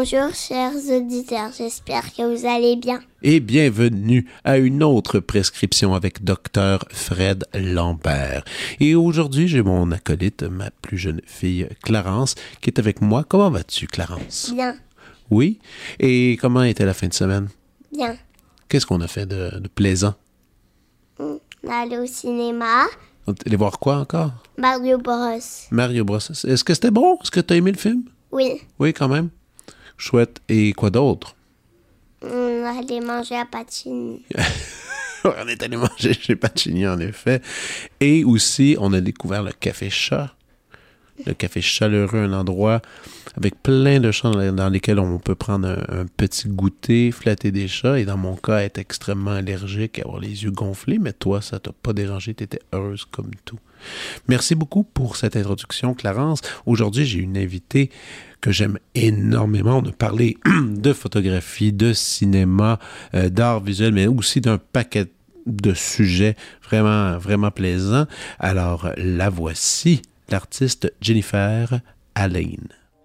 Bonjour chers auditeurs, j'espère que vous allez bien. Et bienvenue à une autre prescription avec Dr Fred Lambert. Et aujourd'hui, j'ai mon acolyte, ma plus jeune fille Clarence, qui est avec moi. Comment vas-tu, Clarence? Bien. Oui? Et comment était la fin de semaine? Bien. Qu'est-ce qu'on a fait de plaisant? On est allé au cinéma. On est allé voir quoi encore? Mario Bros. Mario Bros. Est-ce que c'était bon? Est-ce que tu as aimé le film? Oui. Oui, quand même. Chouette. Et quoi d'autre? On est allé manger à Pacini. On est allé manger chez Pacini, en effet. Et aussi, on a découvert le Café Chat. Le Café Chaleureux, un endroit avec plein de chats dans lesquels on peut prendre un petit goûter, flatter des chats. Et dans mon cas, être extrêmement allergique, avoir les yeux gonflés. Mais toi, ça t'a pas dérangé, t'étais heureuse comme tout. Merci beaucoup pour cette introduction, Clarence. Aujourd'hui, j'ai une invitée que j'aime énormément. On a parlé de photographie, de cinéma, d'art visuel, mais aussi d'un paquet de sujets vraiment, vraiment plaisants. Alors, la voici, l'artiste Jennifer Allen.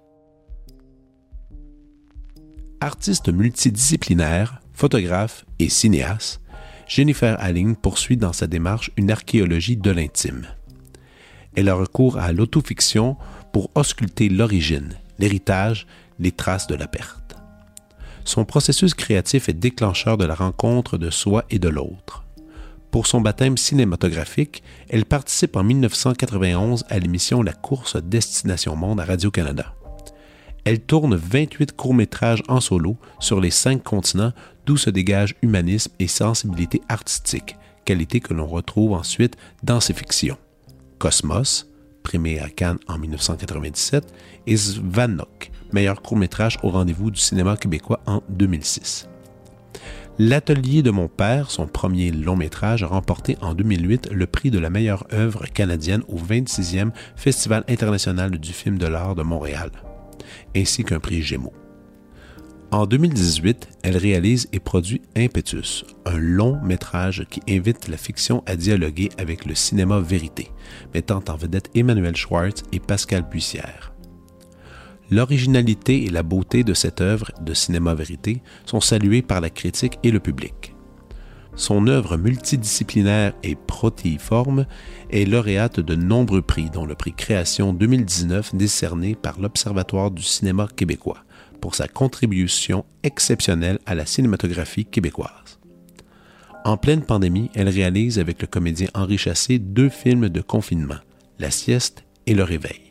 Artiste multidisciplinaire, photographe et cinéaste, Jennifer Allen poursuit dans sa démarche une archéologie de l'intime. Elle a recours à l'autofiction pour ausculter l'origine, l'héritage, les traces de la perte. Son processus créatif est déclencheur de la rencontre de soi et de l'autre. Pour son baptême cinématographique, elle participe en 1991 à l'émission La course Destination Monde à Radio-Canada. Elle tourne 28 courts-métrages en solo sur les 5 continents, d'où se dégage humanisme et sensibilité artistique, qualité que l'on retrouve ensuite dans ses fictions. Cosmos, primé à Cannes en 1997, et Svanok, meilleur court-métrage au rendez-vous du cinéma québécois en 2006. L'Atelier de mon père, son premier long-métrage, a remporté en 2008 le prix de la meilleure œuvre canadienne au 26e Festival international du film de l'art de Montréal, ainsi qu'un prix Gémeaux. En 2018, elle réalise et produit Impetus, un long-métrage qui invite la fiction à dialoguer avec le cinéma vérité, mettant en vedette Emmanuel Schwartz et Pascal Bussière. L'originalité et la beauté de cette œuvre de cinéma vérité sont saluées par la critique et le public. Son œuvre multidisciplinaire et protéiforme est lauréate de nombreux prix, dont le prix Création 2019 décerné par l'Observatoire du cinéma québécois pour sa contribution exceptionnelle à la cinématographie québécoise. En pleine pandémie, elle réalise avec le comédien Henri Chassé 2 films de confinement, La sieste et Le réveil.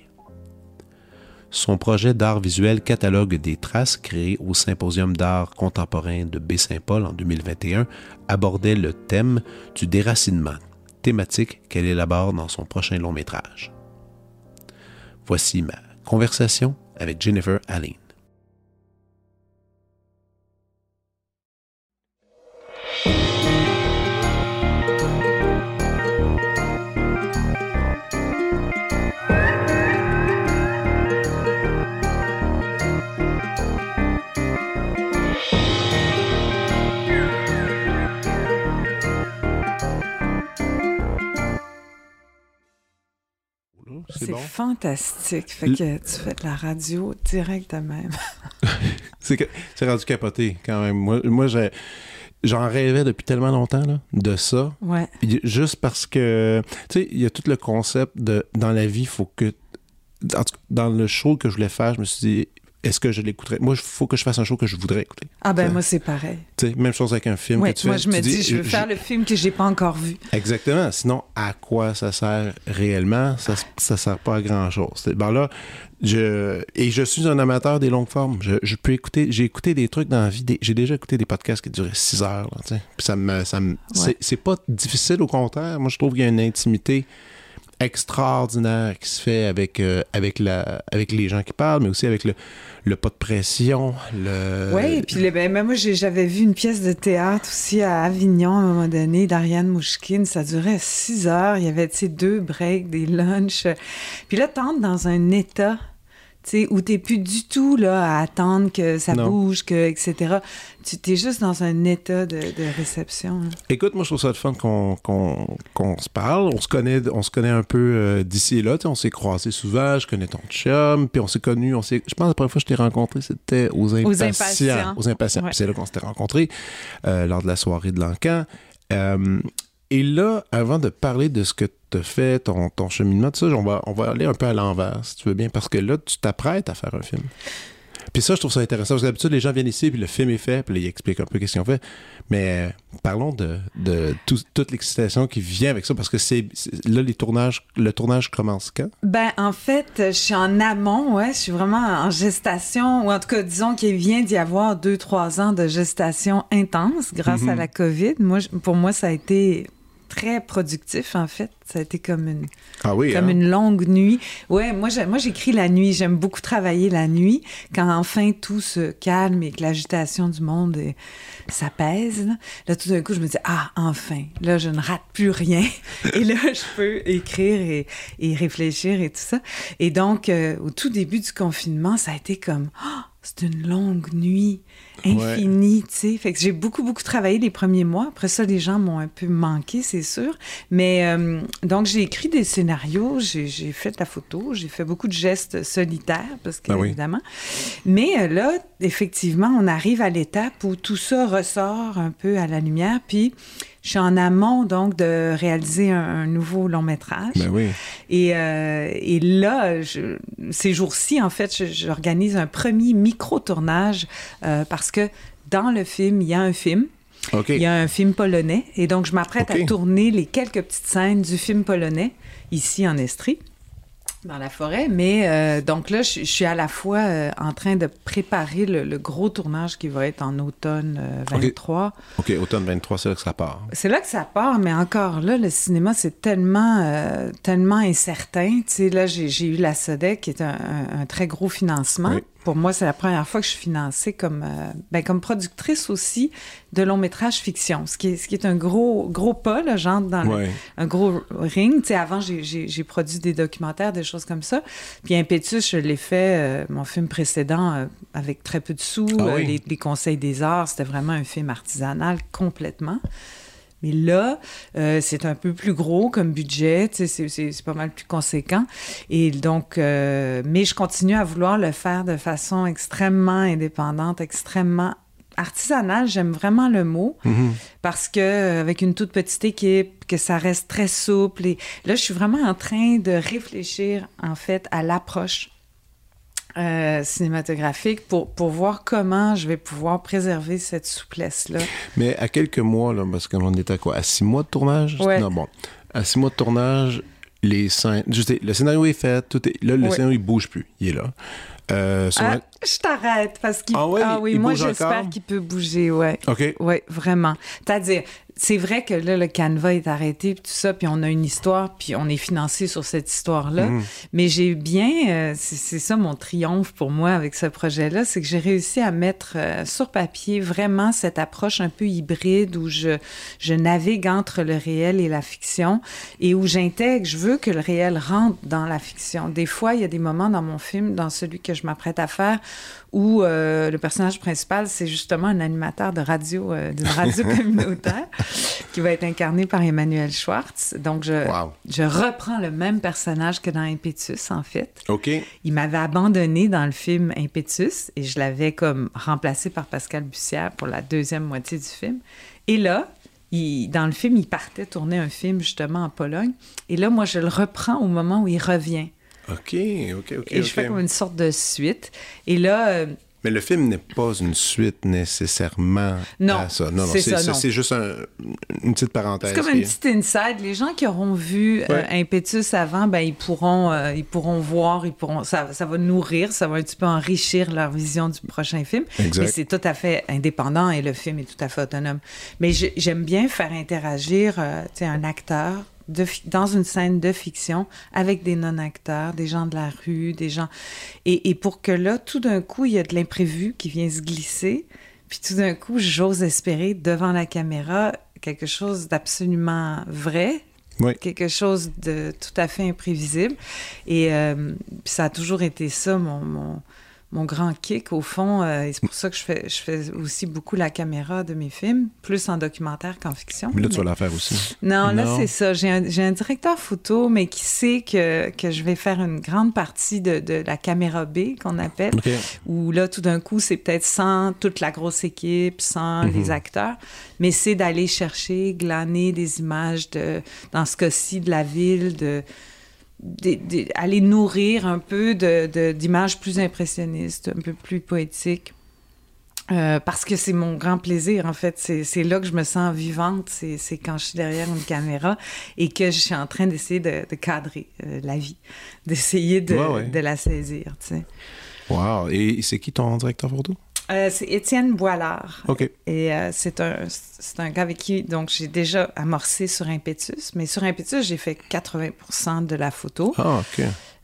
Son projet d'art visuel Catalogue des traces, créé au Symposium d'art contemporain de Baie-Saint-Paul en 2021, abordait le thème du déracinement, thématique qu'elle élabore dans son prochain long-métrage. Voici ma conversation avec Jennifer Allen. C'est bon? Fantastique. Fait que tu fais de la radio direct de même. C'est rendu capoté quand même. Moi j'en rêvais depuis tellement longtemps là, de ça. Ouais. Juste parce que, tu sais, il y a tout le concept de dans la vie, il faut que. Dans le show que je voulais faire, je me suis dit, est-ce que je l'écouterais? Moi, il faut que je fasse un show que je voudrais écouter. Ah ben moi, c'est pareil. Tu sais, même chose avec un film Oui, que tu moi, fais. je me dis, je veux faire le film que j'ai pas encore vu. Exactement. Sinon, à quoi ça sert réellement? Ça sert pas à grand-chose. Ben là, je suis un amateur des longues formes. Je peux écouter, j'ai écouté des trucs dans la vie, j'ai déjà écouté des podcasts qui duraient 6 heures. Là, puis Ouais. c'est pas difficile, au contraire. Moi, je trouve qu'il y a une intimité extraordinaire qui se fait avec les gens qui parlent, mais aussi avec le pas de pression. Oui, puis moi, j'avais vu une pièce de théâtre aussi à Avignon à un moment donné, d'Ariane Mouchkine. Ça durait 6 heures. Il y avait, 2 breaks, des lunchs. Puis là, t'entres dans un état tu sais, où t'es plus du tout là à attendre que ça Non. bouge, etc. Tu t'es juste dans un état de réception. Hein. Écoute, moi, je trouve ça le fun qu'on se parle. On se connaît un peu d'ici et là. Tu sais, on s'est croisés souvent. Je connais ton chum. Puis on s'est connus. Je pense que la première fois que je t'ai rencontré, c'était aux Impatients. Aux Impatients. Ouais. Puis c'est là qu'on s'était rencontrés lors de la soirée de l'Encan. Et là, avant de parler de ce que tu as fait, ton cheminement, tout ça, on va aller un peu à l'envers, si tu veux bien, parce que là, tu t'apprêtes à faire un film. Puis ça, je trouve ça intéressant, parce que d'habitude, les gens viennent ici, puis le film est fait, puis là, ils expliquent un peu qu'est-ce qu'ils ont fait. Mais parlons de toute l'excitation qui vient avec ça, parce que là, le tournage commence quand? Ben, en fait, je suis en amont, ouais. Je suis vraiment en gestation, ou en tout cas, disons qu'il vient d'y avoir 2-3 ans de gestation intense grâce à la COVID. Pour moi, ça a été très productif, en fait. Ça a été comme une longue nuit. Ouais, moi, j'écris la nuit. J'aime beaucoup travailler la nuit, quand enfin tout se calme et que l'agitation du monde s'apaise. Là, tout d'un coup, je me dis, enfin, là, je ne rate plus rien. Et là, je peux écrire et réfléchir et tout ça. Et donc, au tout début du confinement, ça a été comme, c'est une longue nuit infinie, tu sais. Fait que j'ai beaucoup, beaucoup travaillé les premiers mois. Après ça, les gens m'ont un peu manqué, c'est sûr. Mais donc, j'ai écrit des scénarios, j'ai fait de la photo, j'ai fait beaucoup de gestes solitaires, parce que, évidemment. Mais là, effectivement, on arrive à l'étape où tout ça ressort un peu à la lumière. Puis, je suis en amont, donc, de réaliser un nouveau long-métrage. Ben oui. Et là, ces jours-ci, en fait, j'organise un premier micro-tournage parce que dans le film, il y a un film. Okay. Il y a un film polonais. Et donc, je m'apprête à tourner les quelques petites scènes du film polonais, ici en Estrie, dans la forêt. Mais donc là, je suis à la fois en train de préparer le gros tournage qui va être en automne 23. OK, automne 23, c'est là que ça part. C'est là que ça part, mais encore là, le cinéma, c'est tellement incertain. Tu sais, là, j'ai eu la SODEC, qui est un très gros financement. Oui. Pour moi, c'est la première fois que je suis financée comme productrice aussi de long-métrage fiction, ce qui est un gros pas, là, genre dans un gros ring. Tu sais, avant, j'ai produit des documentaires, des choses comme ça. Puis Impétus, je l'ai fait, mon film précédent, avec très peu de sous. Les Conseils des arts, c'était vraiment un film artisanal complètement. Mais là, c'est un peu plus gros comme budget, tu sais, c'est pas mal plus conséquent. Et donc, mais je continue à vouloir le faire de façon extrêmement indépendante, extrêmement artisanale, j'aime vraiment le mot, parce que avec une toute petite équipe, que ça reste très souple. Et là, je suis vraiment en train de réfléchir, en fait, à l'approche cinématographique pour voir comment je vais pouvoir préserver cette souplesse-là. Mais à quelques mois, là, parce qu'on est à quoi? À 6 mois de tournage? Ouais. Non, bon. À 6 mois de tournage, le scénario est fait, le scénario, il bouge plus. Il est là. Je t'arrête parce qu'il... il moi, bouge j'espère encore? qu'il peut bouger, ouais. OK. Oui, vraiment. C'est-à-dire, c'est vrai que là, le canevas est arrêté, puis tout ça, puis on a une histoire, puis on est financé sur cette histoire-là. Mais j'ai bien... c'est ça mon triomphe pour moi avec ce projet-là, c'est que j'ai réussi à mettre sur papier vraiment cette approche un peu hybride où je navigue entre le réel et la fiction et où je veux que le réel rentre dans la fiction. Des fois, il y a des moments dans mon film, dans celui que je m'apprête à faire, où le personnage principal, c'est justement un animateur de radio, d'une radio communautaire, qui va être incarné par Emmanuel Schwartz. Donc, je reprends le même personnage que dans Impétus, en fait. OK. Il m'avait abandonné dans le film Impétus et je l'avais comme remplacé par Pascal Bussière pour la deuxième moitié du film. Et là, dans le film, il partait tourner un film justement en Pologne. Et là, moi, je le reprends au moment où il revient. OK. Et je fais comme une sorte de suite. Et là... Mais le film n'est pas une suite nécessairement à ça. Non, c'est juste une petite parenthèse. C'est comme une petite inside. Les gens qui auront vu Impétus avant, ils pourront voir, ça va nourrir, ça va un petit peu enrichir leur vision du prochain film. Exact. Mais c'est tout à fait indépendant et le film est tout à fait autonome. Mais j'aime bien faire interagir un acteur dans une scène de fiction avec des non-acteurs, des gens de la rue, des gens... Et pour que là, tout d'un coup, il y a de l'imprévu qui vient se glisser, puis tout d'un coup, j'ose espérer devant la caméra quelque chose d'absolument vrai, Oui. Quelque chose de tout à fait imprévisible. Et puis ça a toujours été ça, mon grand kick, au fond. Et c'est pour ça que je fais aussi beaucoup la caméra de mes films, plus en documentaire qu'en fiction. Mais là, tu vas la faire aussi. Non, là, c'est ça. J'ai un directeur photo, mais qui sait que je vais faire une grande partie de la caméra B, qu'on appelle, où là, tout d'un coup, c'est peut-être sans toute la grosse équipe, sans les acteurs, mais c'est d'aller chercher, glaner des images, dans ce cas-ci, de la ville, aller nourrir un peu d'images plus impressionnistes, un peu plus poétiques. Parce que c'est mon grand plaisir, en fait. C'est là que je me sens vivante, c'est quand je suis derrière une caméra et que je suis en train d'essayer de cadrer la vie, d'essayer de la saisir, tu sais. Wow! Et c'est qui ton directeur photo? C'est Étienne Boilard. OK. Et c'est un gars avec qui donc, j'ai déjà amorcé sur Impetus. Mais sur Impetus, j'ai fait 80% de la photo. Ah, OK.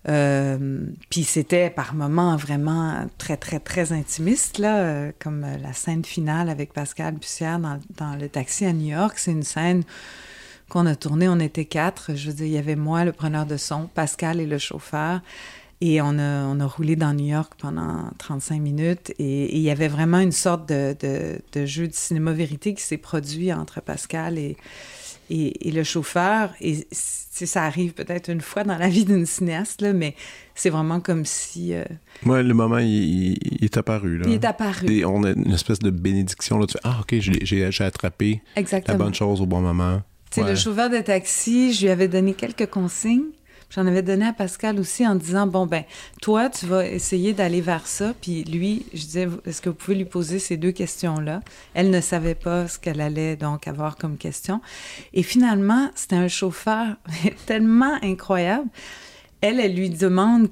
Puis c'était par moments vraiment très, très, très intimiste, là, comme la scène finale avec Pascal Bussière dans le taxi à New York. C'est une scène qu'on a tournée, on était 4. Je veux dire, il y avait moi, le preneur de son, Pascal et le chauffeur. Et on a roulé dans New York pendant 35 minutes. Et il y avait vraiment une sorte de jeu de cinéma-vérité qui s'est produit entre Pascal et le chauffeur. Et ça arrive peut-être une fois dans la vie d'une cinéaste, là, mais c'est vraiment comme si... Ouais, le moment, il est apparu. Là. Il est apparu. Et on a une espèce de bénédiction. Là. Tu fais, ah, OK, j'ai attrapé Exactement. la bonne chose au bon moment. Tu sais, le chauffeur de taxi, je lui avais donné quelques consignes. J'en avais donné à Pascal aussi en disant, bon, ben, toi, tu vas essayer d'aller vers ça. Puis lui, je disais, est-ce que vous pouvez lui poser ces 2 questions-là? Elle ne savait pas ce qu'elle allait donc avoir comme question. Et finalement, c'était un chauffeur tellement incroyable. Elle lui demande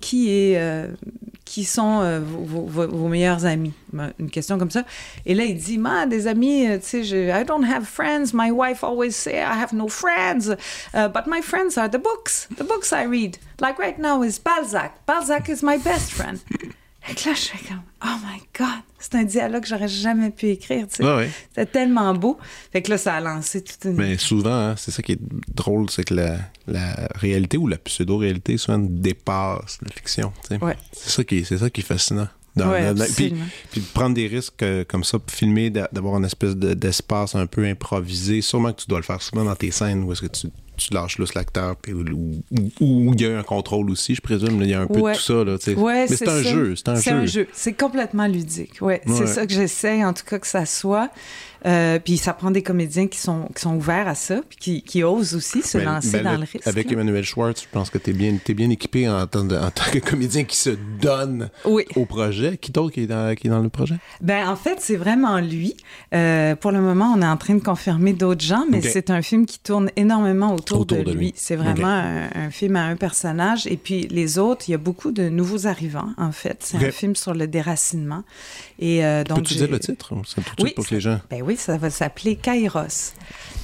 qui sont vos meilleurs amis. Une question comme ça. Et là, il dit, des amis, tu sais, I don't have friends. My wife always say I have no friends. But my friends are the books I read. Like right now is Balzac. Balzac is my best friend. Et que là, je suis comme, oh my God, c'est un dialogue que j'aurais jamais pu écrire, tu sais. Ah ouais. C'était tellement beau. Fait que là, ça a lancé toute une... Mais souvent, hein, c'est ça qui est drôle, c'est que la réalité ou la pseudo-réalité souvent dépasse la fiction, tu sais. Ouais. C'est ça qui est fascinant. Puis de prendre des risques comme ça, filmer, d'avoir une espèce d'espace un peu improvisé. Sûrement que tu dois le faire souvent dans tes scènes où est-ce que tu lâches là l'acteur, où il y a un contrôle aussi, je présume. Il y a un peu de tout ça. Là, mais c'est un jeu. C'est un jeu. C'est complètement ludique. C'est ça que j'essaie, en tout cas, que ça soit. Puis ça prend des comédiens qui sont ouverts à ça, puis qui osent aussi se lancer dans le risque. Avec Emmanuel Schwartz, je pense que t'es bien équipé en tant que comédien qui se donne au projet. Qui d'autre qui est dans le projet? Ben, en fait, c'est vraiment lui. Pour le moment, on est en train de confirmer d'autres gens, mais c'est un film qui tourne énormément autour de lui. C'est vraiment un film à un personnage. Et puis les autres, il y a beaucoup de nouveaux arrivants, en fait. C'est un film sur le déracinement. Et donc, peux-tu dire le titre? C'est tout de suite pour que les gens... Ben oui, ça va s'appeler Kairos.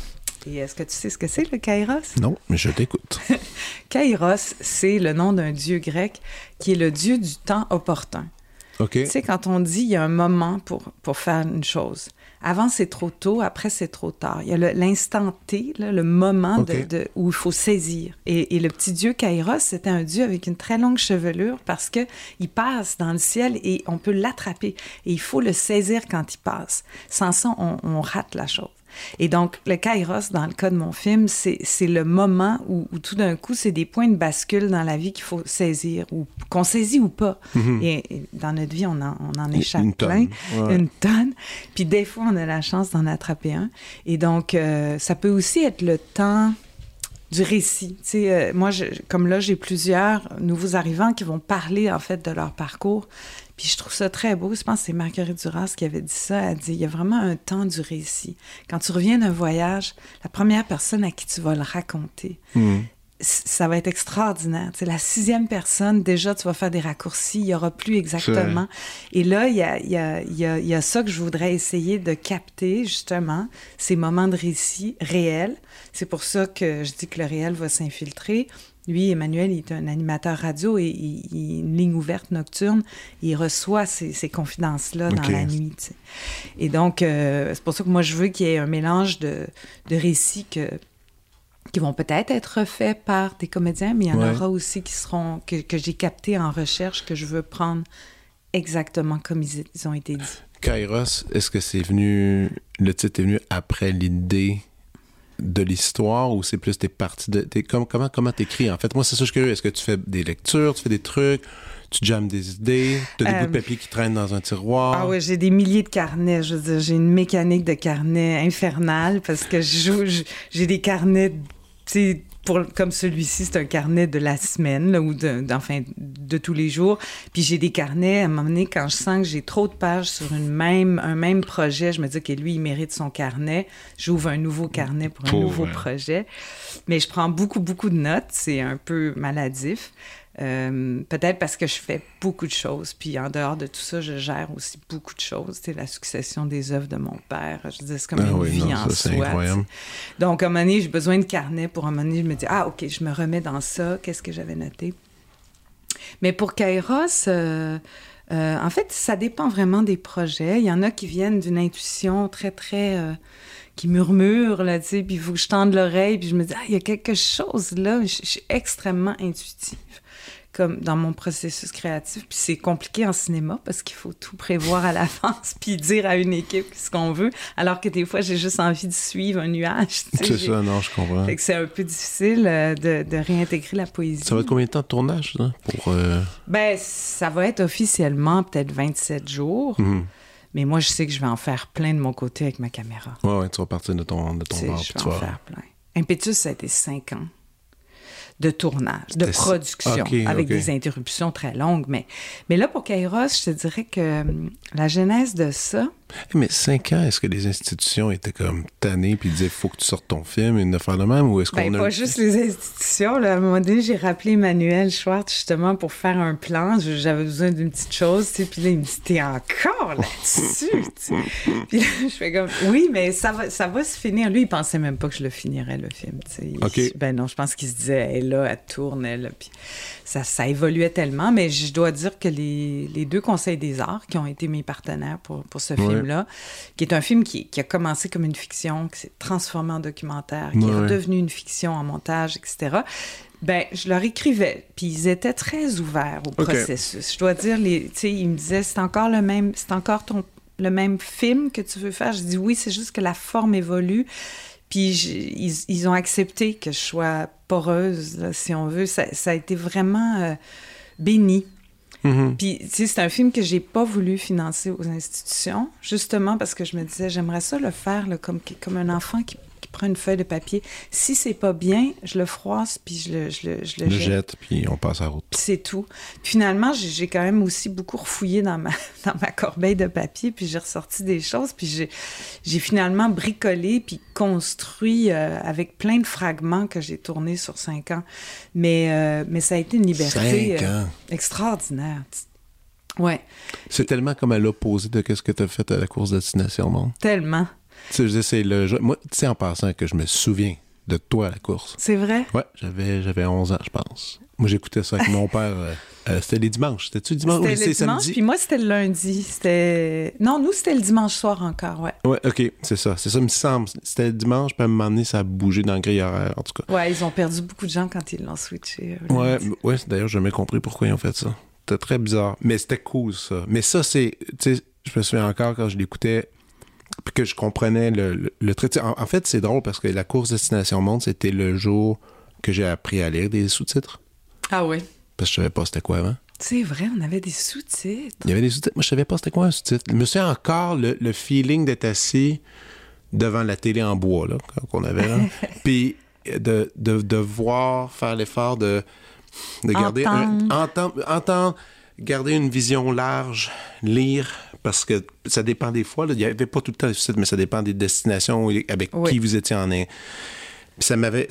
Et est-ce que tu sais ce que c'est, le Kairos? Non, mais je t'écoute. Kairos, c'est le nom d'un dieu grec qui est le dieu du temps opportun. OK. Tu sais, quand on dit il y a un moment pour faire une chose, avant c'est trop tôt, après c'est trop tard. Il y a l'instant T, là, le moment où il faut saisir. Et le petit dieu Kairos, c'était un dieu avec une très longue chevelure parce qu'il passe dans le ciel et on peut l'attraper. Et il faut le saisir quand il passe. Sans ça, on rate la chose. Et donc, le Kairos, dans le cas de mon film, c'est le moment où tout d'un coup, c'est des points de bascule dans la vie qu'il faut saisir, ou qu'on saisit ou pas. Mm-hmm. Et dans notre vie, on en échappe plein. Une tonne. Puis des fois, on a la chance d'en attraper un. Et donc, ça peut aussi être le temps du récit. Tu sais, moi, comme là, j'ai plusieurs nouveaux arrivants qui vont parler, en fait, de leur parcours. Puis je trouve ça très beau. Je pense que c'est Marguerite Duras qui avait dit ça. Elle dit, il y a vraiment un temps du récit. Quand tu reviens d'un voyage, la première personne à qui tu vas le raconter, ça va être extraordinaire. Tu sais, la 6e personne, déjà, tu vas faire des raccourcis. Il n'y aura plus exactement. Et là, il y a ça que je voudrais essayer de capter, justement, ces moments de récit réels. C'est pour ça que je dis que le réel va s'infiltrer. Lui, Emmanuel, il est un animateur radio et il a une ligne ouverte nocturne. Il reçoit ces confidences-là dans la nuit. Tu sais. Et donc, c'est pour ça que moi, je veux qu'il y ait un mélange de récits qui vont peut-être être refaits par des comédiens, mais il y en aura aussi qui seront que j'ai captés en recherche, que je veux prendre exactement comme ils ont été dit. Kairos, est-ce que le titre est venu après l'idée de l'histoire ou c'est plus tes parties de... Comment t'écris? En fait, moi, c'est ça que je suis curieux. Est-ce que tu fais des lectures, tu fais des trucs, tu jammes des idées, tu as des bouts de papier qui traînent dans un tiroir? Ah oui, j'ai des milliers de carnets. Je veux dire, j'ai une mécanique de carnet infernale parce que j'ai des carnets... comme celui-ci, c'est un carnet de la semaine, là, ou de tous les jours. Puis j'ai des carnets, à un moment donné, quand je sens que j'ai trop de pages sur un même projet, je me dis que lui, il mérite son carnet. J'ouvre un nouveau carnet pour un nouveau projet. Mais je prends beaucoup, beaucoup de notes. C'est un peu maladif. Peut-être parce que je fais beaucoup de choses. Puis en dehors de tout ça, je gère aussi beaucoup de choses. C'est la succession des œuvres de mon père. Je dis, c'est comme une vie en soi. C'est incroyable. Donc, à un moment donné, j'ai besoin de carnet pour un moment donné, je me dis, OK, je me remets dans ça. Qu'est-ce que j'avais noté? Mais pour Kairos, en fait, ça dépend vraiment des projets. Il y en a qui viennent d'une intuition très, très... qui murmure, là, tu sais, puis il faut que je tende l'oreille, puis je me dis, il y a quelque chose là. Je suis extrêmement intuitive, comme dans mon processus créatif. Puis c'est compliqué en cinéma parce qu'il faut tout prévoir à l'avance puis dire à une équipe ce qu'on veut, alors que des fois, j'ai juste envie de suivre un nuage. C'est ça, non, je comprends. Fait que c'est un peu difficile de réintégrer la poésie. Ça va être combien de temps de tournage, là, pour... Ben, ça va être officiellement peut-être 27 jours. Mm-hmm. Mais moi, je sais que je vais en faire plein de mon côté avec ma caméra. Ouais, tu vas partir de ton bord. Je vais en faire plein. Impétus, ça a été 5 ans de tournage, de production, avec des interruptions très longues. Mais là, pour Kairos, je te dirais que la genèse de ça... Mais 5 ans, est-ce que les institutions étaient comme tannées puis disaient « faut que tu sortes ton film » une affaire de même, ou est-ce qu'on pas juste les institutions. Là. À un moment donné, j'ai rappelé Emmanuel Schwartz justement pour faire un plan. J'avais besoin d'une petite chose, tu sais, puis là, il me dit « t'es encore là-dessus? » Puis là, je fais comme « oui, mais ça va se finir. » Lui, il pensait même pas que je le finirais, le film. Ben non, je pense qu'il se disait « elle là, elle tourne, elle. » Puis ça évoluait tellement, mais je dois dire que les deux Conseils des arts qui ont été mes partenaires pour ce film-là, qui est un film qui a commencé comme une fiction, qui s'est transformé en documentaire, qui est redevenu une fiction en montage, etc., ben je leur écrivais, puis ils étaient très ouverts au processus. Je dois dire, tu sais, ils me disaient, c'est encore le même film que tu veux faire? Je dis oui, c'est juste que la forme évolue. Puis ils ont accepté que je sois poreuse, là, si on veut. Ça a été vraiment béni. Mm-hmm. Puis, tu sais, c'est un film que j'ai pas voulu financer aux institutions, justement parce que je me disais, j'aimerais ça le faire là, comme un enfant qui prend une feuille de papier. Si c'est pas bien, je le froisse, puis je le jette, puis on passe à la route. C'est tout. Puis finalement, j'ai quand même aussi beaucoup refouillé dans ma corbeille de papier, puis j'ai ressorti des choses, puis j'ai finalement bricolé, puis construit avec plein de fragments que j'ai tournés sur 5 ans. Mais ça a été une liberté extraordinaire. Ouais. C'est tellement comme à l'opposé de ce que tu as fait à la course Destination Monde. Tellement. Tu sais, je dis, c'est le jeu. Moi, tu sais, en passant, que je me souviens de toi à la course. C'est vrai? Ouais, j'avais 11 ans, je pense. Moi, j'écoutais ça avec mon père. C'était les dimanches. C'était-tu dimanche? C'était les dimanches, puis moi, c'était le lundi. Non, nous, c'était le dimanche soir encore, ouais. Ouais, OK, c'est ça. C'est ça, il me semble. C'était le dimanche, puis à un moment donné, ça a bougé dans le grille horaire, en tout cas. Ouais, ils ont perdu beaucoup de gens quand ils l'ont switché. Ouais, d'ailleurs, j'ai jamais compris pourquoi ils ont fait ça. C'était très bizarre. Mais c'était cool, ça. Mais ça, c'est... Tu sais, je me souviens encore quand je l'écoutais... Puis que je comprenais le trait. En fait, c'est drôle parce que la course Destination Monde, c'était le jour que j'ai appris à lire des sous-titres. Ah oui? Parce que je savais pas c'était quoi avant. C'est vrai, on avait des sous-titres. Il y avait des sous-titres. Moi, je savais pas c'était quoi un sous-titre. Je me souviens encore le feeling d'être assis devant la télé en bois, là, qu'on avait là. Puis de voir, faire l'effort de garder... Entendre, garder une vision large, lire... Parce que ça dépend des fois. Là, il n'y avait pas tout le temps des sous-titres, mais ça dépend des destinations avec qui vous étiez en... Ça m'avait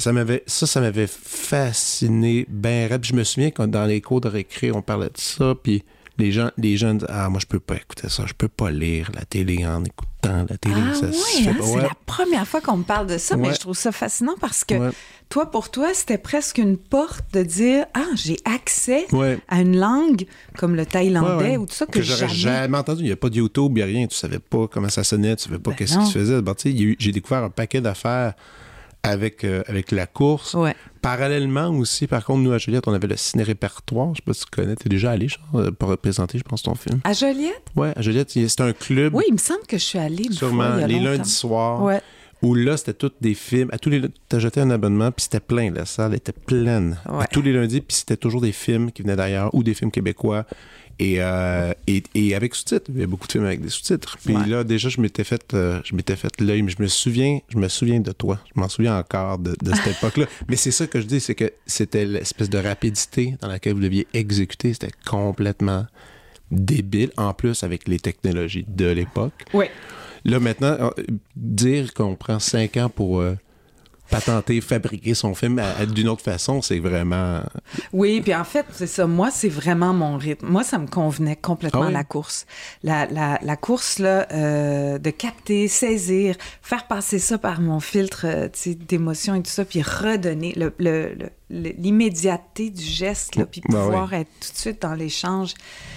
fasciné bien raide. Puis je me souviens quand dans les cours de récré, on parlait de ça, puis les gens disaient « Ah, moi, je peux pas écouter ça. Je peux pas lire la télé en écoutant la télé. » C'est la première fois qu'on me parle de ça, mais je trouve ça fascinant parce que pour toi, c'était presque une porte de dire « Ah, j'ai accès à une langue comme le thaïlandais ou tout ça que j'aurais jamais entendu. Il n'y a pas de YouTube, il n'y a rien. Tu savais pas comment ça sonnait, tu savais pas qu'est-ce qui se faisait. Bon, j'ai découvert un paquet d'affaires avec la course. Ouais. Parallèlement aussi, par contre, nous, à Joliette, on avait le ciné-répertoire. Je sais pas si tu connais. T'es déjà allé, pour représenter, je pense, ton film. À Joliette? Ouais, à Joliette, c'est un club. Oui, il me semble que je suis allée une sûrement, fois, il y a les longtemps. lundis soirs. Ouais. Où là, c'était tous des films. T'as jeté un abonnement, puis c'était plein. La salle était pleine. Ouais. Tous les lundis, puis c'était toujours des films qui venaient d'ailleurs ou des films québécois. Et avec sous-titres. Il y a beaucoup de films avec des sous-titres. Puis là, déjà, je m'étais fait l'œil, mais je me souviens de toi. Je m'en souviens encore de cette époque-là. Mais c'est ça que je dis, c'est que c'était l'espèce de rapidité dans laquelle vous deviez exécuter. C'était complètement débile, en plus avec les technologies de l'époque. Oui. Là, maintenant, dire qu'on prend 5 ans pour patenter, fabriquer son film d'une autre façon, c'est vraiment... Oui, puis en fait, c'est ça. Moi, c'est vraiment mon rythme. Moi, ça me convenait complètement, la course. La course, là, de capter, saisir, faire passer ça par mon filtre d'émotion et tout ça, puis redonner l'immédiateté du geste, là, puis pouvoir être tout de suite dans l'échange.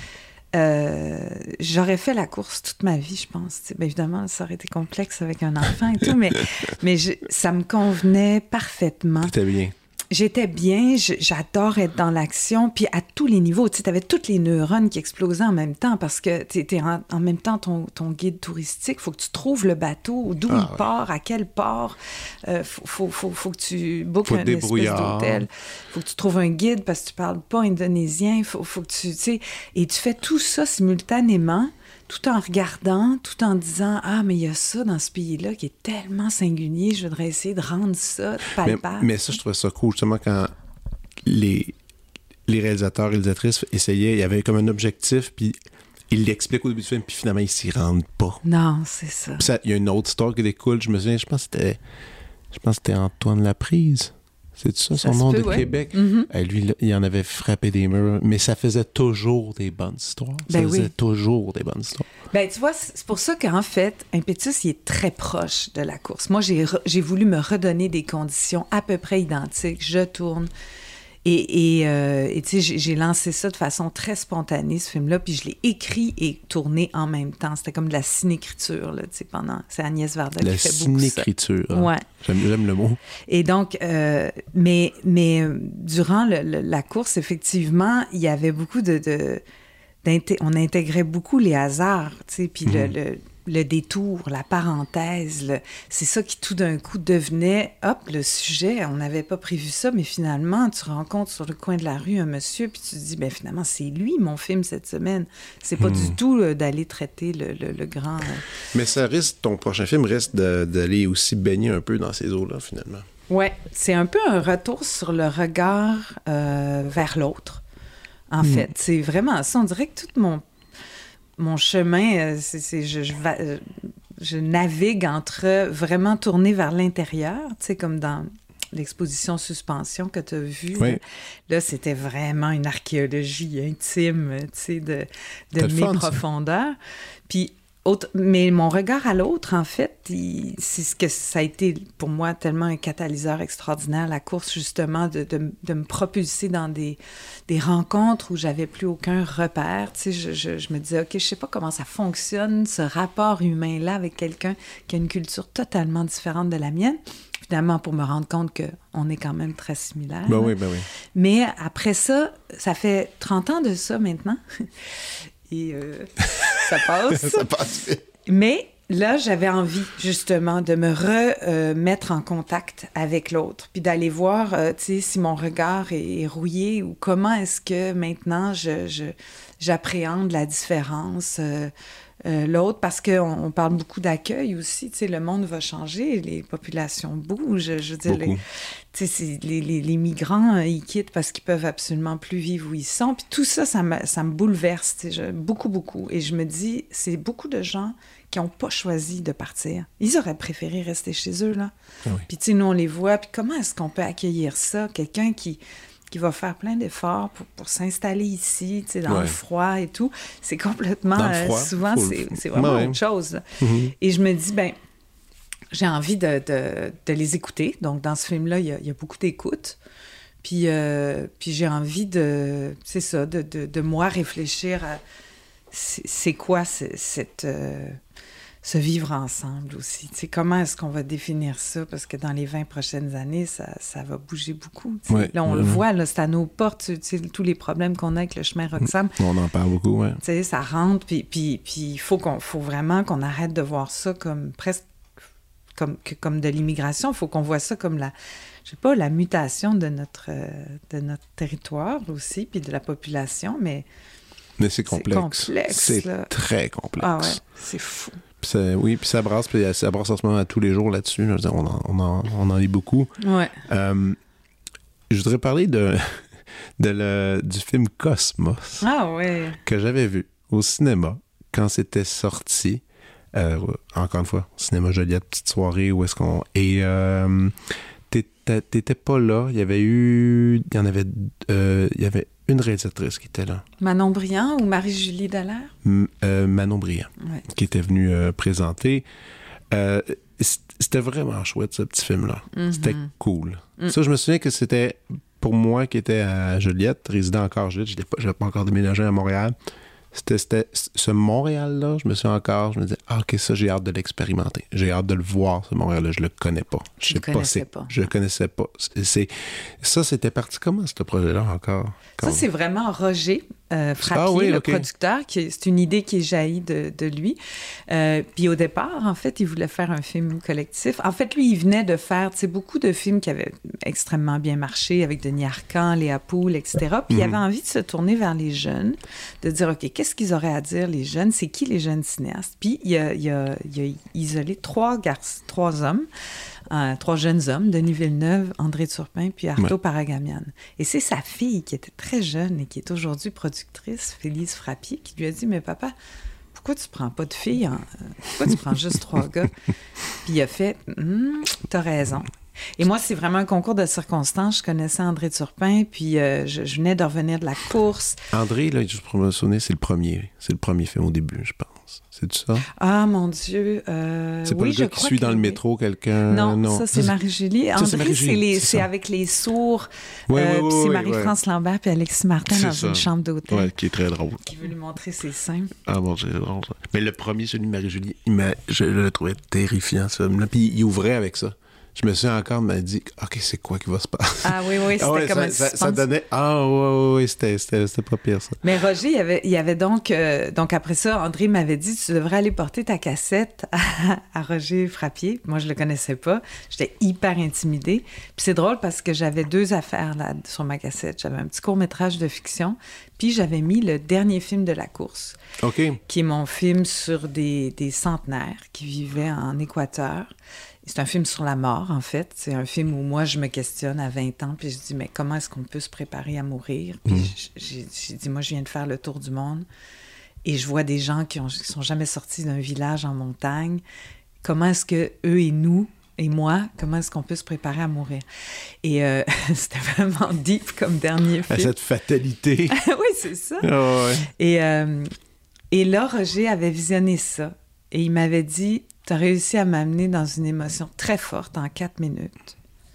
J'aurais fait la course toute ma vie, je pense. Bien, évidemment, ça aurait été complexe avec un enfant et tout, mais ça me convenait parfement. C'était bien. J'étais bien, j'adore être dans l'action, puis à tous les niveaux. Tu sais, t'avais toutes les neurones qui explosaient en même temps parce que t'es en même temps ton guide touristique. Faut que tu trouves le bateau, d'où il part, à quel port. Faut que tu bookes un espèce d'hôtel. Faut que tu trouves un guide parce que tu parles pas indonésien. Faut que tu sais... Et tu fais tout ça simultanément, tout en regardant, tout en disant « Ah, mais il y a ça dans ce pays-là qui est tellement singulier, je voudrais essayer de rendre ça palpable. » Mais ça, je trouvais ça cool, justement, quand les réalisateurs, réalisatrices essayaient, il y avait comme un objectif, puis ils l'expliquent au début du film, puis finalement, ils s'y rendent pas. Non, c'est ça. Puis il y a une autre histoire qui découle, je me souviens, je pense que c'était Antoine Laprise. C'est ça son nom de Québec? Mm-hmm. Lui, il en avait frappé des murs, mais ça faisait toujours des bonnes histoires. Toujours des bonnes histoires. Ben, tu vois, c'est pour ça qu'en fait, Impetus, il est très proche de la course. Moi, j'ai voulu me redonner des conditions à peu près identiques. Je tourne. Et tu sais, j'ai lancé ça de façon très spontanée, ce film-là, puis je l'ai écrit et tourné en même temps. C'était comme de la cinécriture, là, tu sais, c'est Agnès Varda qui fait beaucoup ça. La cinécriture, hein? Ouais. J'aime le mot. Et donc, mais durant la course, effectivement, il y avait beaucoup on intégrait beaucoup les hasards, tu sais, puis le détour, la parenthèse, c'est ça qui tout d'un coup devenait, le sujet, on n'avait pas prévu ça, mais finalement, tu rencontres sur le coin de la rue un monsieur, puis tu te dis, ben finalement, c'est lui mon film cette semaine. C'est pas du tout d'aller traiter le grand... Mais ça risque, ton prochain film risque d'aller aussi baigner un peu dans ces eaux-là, finalement. Ouais, c'est un peu un retour sur le regard vers l'autre, en fait. C'est vraiment ça, on dirait que tout mon chemin, je navigue entre vraiment tourner vers l'intérieur, tu sais, comme dans l'exposition Suspension que tu as vue. Oui. Là, c'était vraiment une archéologie intime, tu sais, de mes profondeurs. Puis, mais mon regard à l'autre, en fait, c'est ce que ça a été pour moi tellement un catalyseur extraordinaire, la course, justement, de me propulser dans des rencontres où j'avais plus aucun repère. Tu sais, je me disais, OK, je sais pas comment ça fonctionne, ce rapport humain-là avec quelqu'un qui a une culture totalement différente de la mienne. Finalement, pour me rendre compte qu'on est quand même très similaires. Ben oui. Mais après ça fait 30 ans de ça maintenant. Et ça passe. Ça passe vite. Mais là, j'avais envie, justement, de me remettre en contact avec l'autre, puis d'aller voir, tu sais, si mon regard est rouillé ou comment est-ce que maintenant j'appréhende la différence, l'autre, parce qu'on parle beaucoup d'accueil aussi, tu sais, le monde va changer, les populations bougent, je veux dire, tu sais, les migrants, ils quittent parce qu'ils peuvent absolument plus vivre où ils sont, puis tout ça, ça me bouleverse, tu sais, beaucoup, et je me dis, c'est beaucoup de gens qui n'ont pas choisi de partir. Ils auraient préféré rester chez eux, là. Ah oui. Puis, tu sais, nous, on les voit, puis comment est-ce qu'on peut accueillir ça? Quelqu'un qui va faire plein d'efforts pour s'installer ici, tu sais, dans le froid et tout. C'est complètement... Dans le froid, souvent, c'est vraiment autre chose. Mm-hmm. Et je me dis, ben j'ai envie de les écouter. Donc, dans ce film-là, il y a beaucoup d'écoute. Puis j'ai envie c'est ça, de moi réfléchir à c'est quoi cette se vivre ensemble aussi. Tu sais, comment est-ce qu'on va définir ça? Parce que dans les 20 prochaines années, ça va bouger beaucoup. Ouais, là, on le voit, là, c'est à nos portes, tu sais, tous les problèmes qu'on a avec le chemin Roxham. On en parle beaucoup, oui. Tu sais, ça rentre, puis il faut vraiment qu'on arrête de voir ça comme presque comme de l'immigration. Il faut qu'on voit ça comme la mutation de notre territoire aussi, puis de la population, mais c'est complexe. C'est là. Très complexe. Ah ouais, c'est fou. Puis ça brasse en ce moment à tous les jours là-dessus. Je veux dire, on en lit beaucoup. Ouais. Je voudrais parler du film Cosmos. Ah ouais. Que j'avais vu au cinéma quand c'était sorti. Encore une fois, cinéma Joliette, petite soirée où est-ce qu'on... Et t'étais pas là. Il y avait une réalisatrice qui était là. Manon Brillant ou Marie-Julie Dallaire? Manon Brillant, ouais. Qui était venue présenter. C'était vraiment chouette, ce petit film-là. Mm-hmm. C'était cool. Ça, je me souviens que c'était, pour moi, qui était à Joliette, résident encore à Joliette, je n'avais pas encore déménagé à Montréal. C'était ce Montréal-là, je me disais, OK, ça, j'ai hâte de l'expérimenter. J'ai hâte de le voir, ce Montréal-là. Je le connais pas. Je le connaissais pas. Ça, c'était parti comment, ce projet-là, encore? Ça, c'est vraiment Roger Frappier, le producteur. C'est une idée qui est jaillie de lui. Puis au départ, en fait, il voulait faire un film collectif. En fait, lui, il venait de faire beaucoup de films qui avaient extrêmement bien marché avec Denis Arcand, Léa Poul, etc. Puis il avait envie de se tourner vers les jeunes, de dire, OK, qu'est-ce qu'ils auraient à dire, les jeunes? C'est qui les jeunes cinéastes? Puis il a isolé trois jeunes hommes, Denis Villeneuve, André Turpin, puis Arto Paragamian. Et c'est sa fille qui était très jeune et qui est aujourd'hui productrice, Félise Frappier, qui lui a dit, mais papa, pourquoi tu prends pas de filles? Pourquoi tu prends juste 3 gars? Puis il a fait, t'as raison. Et moi, c'est vraiment un concours de circonstances. Je connaissais André Turpin, puis je venais de revenir de la course. André, là, juste pour me souvenir, c'est le premier film au début, je pense. C'est ça? Ah, mon Dieu! C'est pas le gars qui suit dans le métro quelqu'un? Non, ça, c'est Marie-Julie. André, c'est avec les sourds. Puis c'est Marie-France Lambert puis Alexis Martin dans une chambre d'hôtel. Oui, qui est très drôle. Qui veut lui montrer ses seins. Ah bon, c'est drôle, ça. Mais le premier, celui de Marie-Julie, je le trouvais terrifiant, ça. Puis il ouvrait avec ça. Je me suis encore dit, OK, c'est quoi qui va se passer? Ah oui, c'était comme un suspense. Ça donnait... Ah oui, c'était pas pire, ça. Mais Roger, il y avait donc après ça, André m'avait dit, tu devrais aller porter ta cassette à Roger Frappier. Moi, je le connaissais pas. J'étais hyper intimidée. Puis c'est drôle parce que j'avais 2 affaires là sur ma cassette. J'avais un petit court-métrage de fiction, puis j'avais mis le dernier film de la course. OK. Qui est mon film sur des centenaires qui vivaient en Équateur. C'est un film sur la mort, en fait. C'est un film où moi, je me questionne à 20 ans, puis je dis, mais comment est-ce qu'on peut se préparer à mourir? Puis j'ai dit, moi, je viens de faire le tour du monde et je vois des gens qui sont jamais sortis d'un village en montagne. Comment est-ce que eux et nous, et moi, comment est-ce qu'on peut se préparer à mourir? Et c'était vraiment deep comme dernier film. Cette fatalité. Oui, c'est ça. Oh, ouais. Et là, Roger avait visionné ça et il m'avait dit, tu as réussi à m'amener dans une émotion très forte en 4 minutes.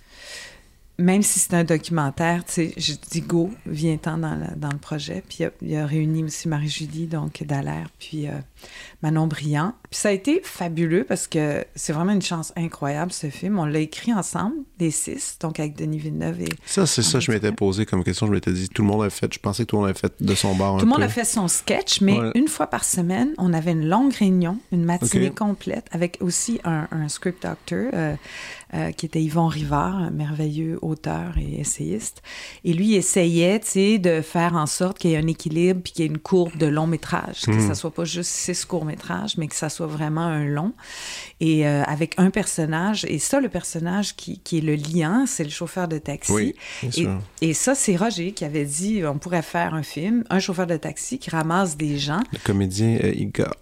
Même si c'est un documentaire, tu sais, je dis go, viens-t'en dans le projet. Puis il a réuni aussi Marie-Julie, donc Dallaire, puis Manon Brillant. Puis ça a été fabuleux parce que c'est vraiment une chance incroyable, ce film. On l'a écrit ensemble, les 6, donc avec Denis Villeneuve et... Ça, c'est ça, je m'étais posé comme question. Je m'étais dit, tout le monde a fait, je pensais que tout le monde avait fait de son bord un peu. Tout le monde a fait son sketch, mais une fois par semaine, on avait une longue réunion, une matinée complète, avec aussi un script doctor, qui était Yvon Rivard, un merveilleux auteur et essayiste. Et lui essayait, tu sais, de faire en sorte qu'il y ait un équilibre puis qu'il y ait une courbe de long métrage, que ça soit pas juste 6 courts-métrages, mais que ça soit vraiment un long. Et avec un personnage, et ça, le personnage qui est le liant, c'est le chauffeur de taxi. Oui, bien sûr. Et ça, c'est Roger qui avait dit, on pourrait faire un film, un chauffeur de taxi qui ramasse des gens. Le comédien Igor.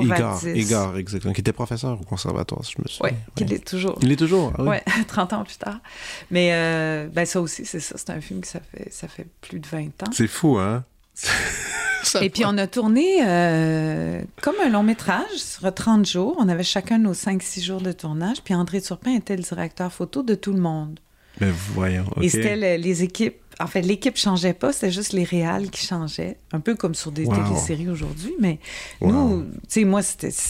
Igor, exactement, qui était professeur au conservatoire, si je me souviens. Oui, qu'il est toujours. Il est toujours, oui. 30 ans plus tard. Mais ça aussi, c'est ça. C'est un film que ça fait plus de 20 ans. C'est fou, hein? Et puis, on a tourné comme un long métrage sur 30 jours. On avait chacun nos 5-6 jours de tournage. Puis André Turpin était le directeur photo de tout le monde. Mais voyons, OK. Et c'était les équipes. En fait, l'équipe changeait pas, c'était juste les réals qui changeaient. Un peu comme sur des téléséries aujourd'hui. Mais nous, tu sais, moi, c'était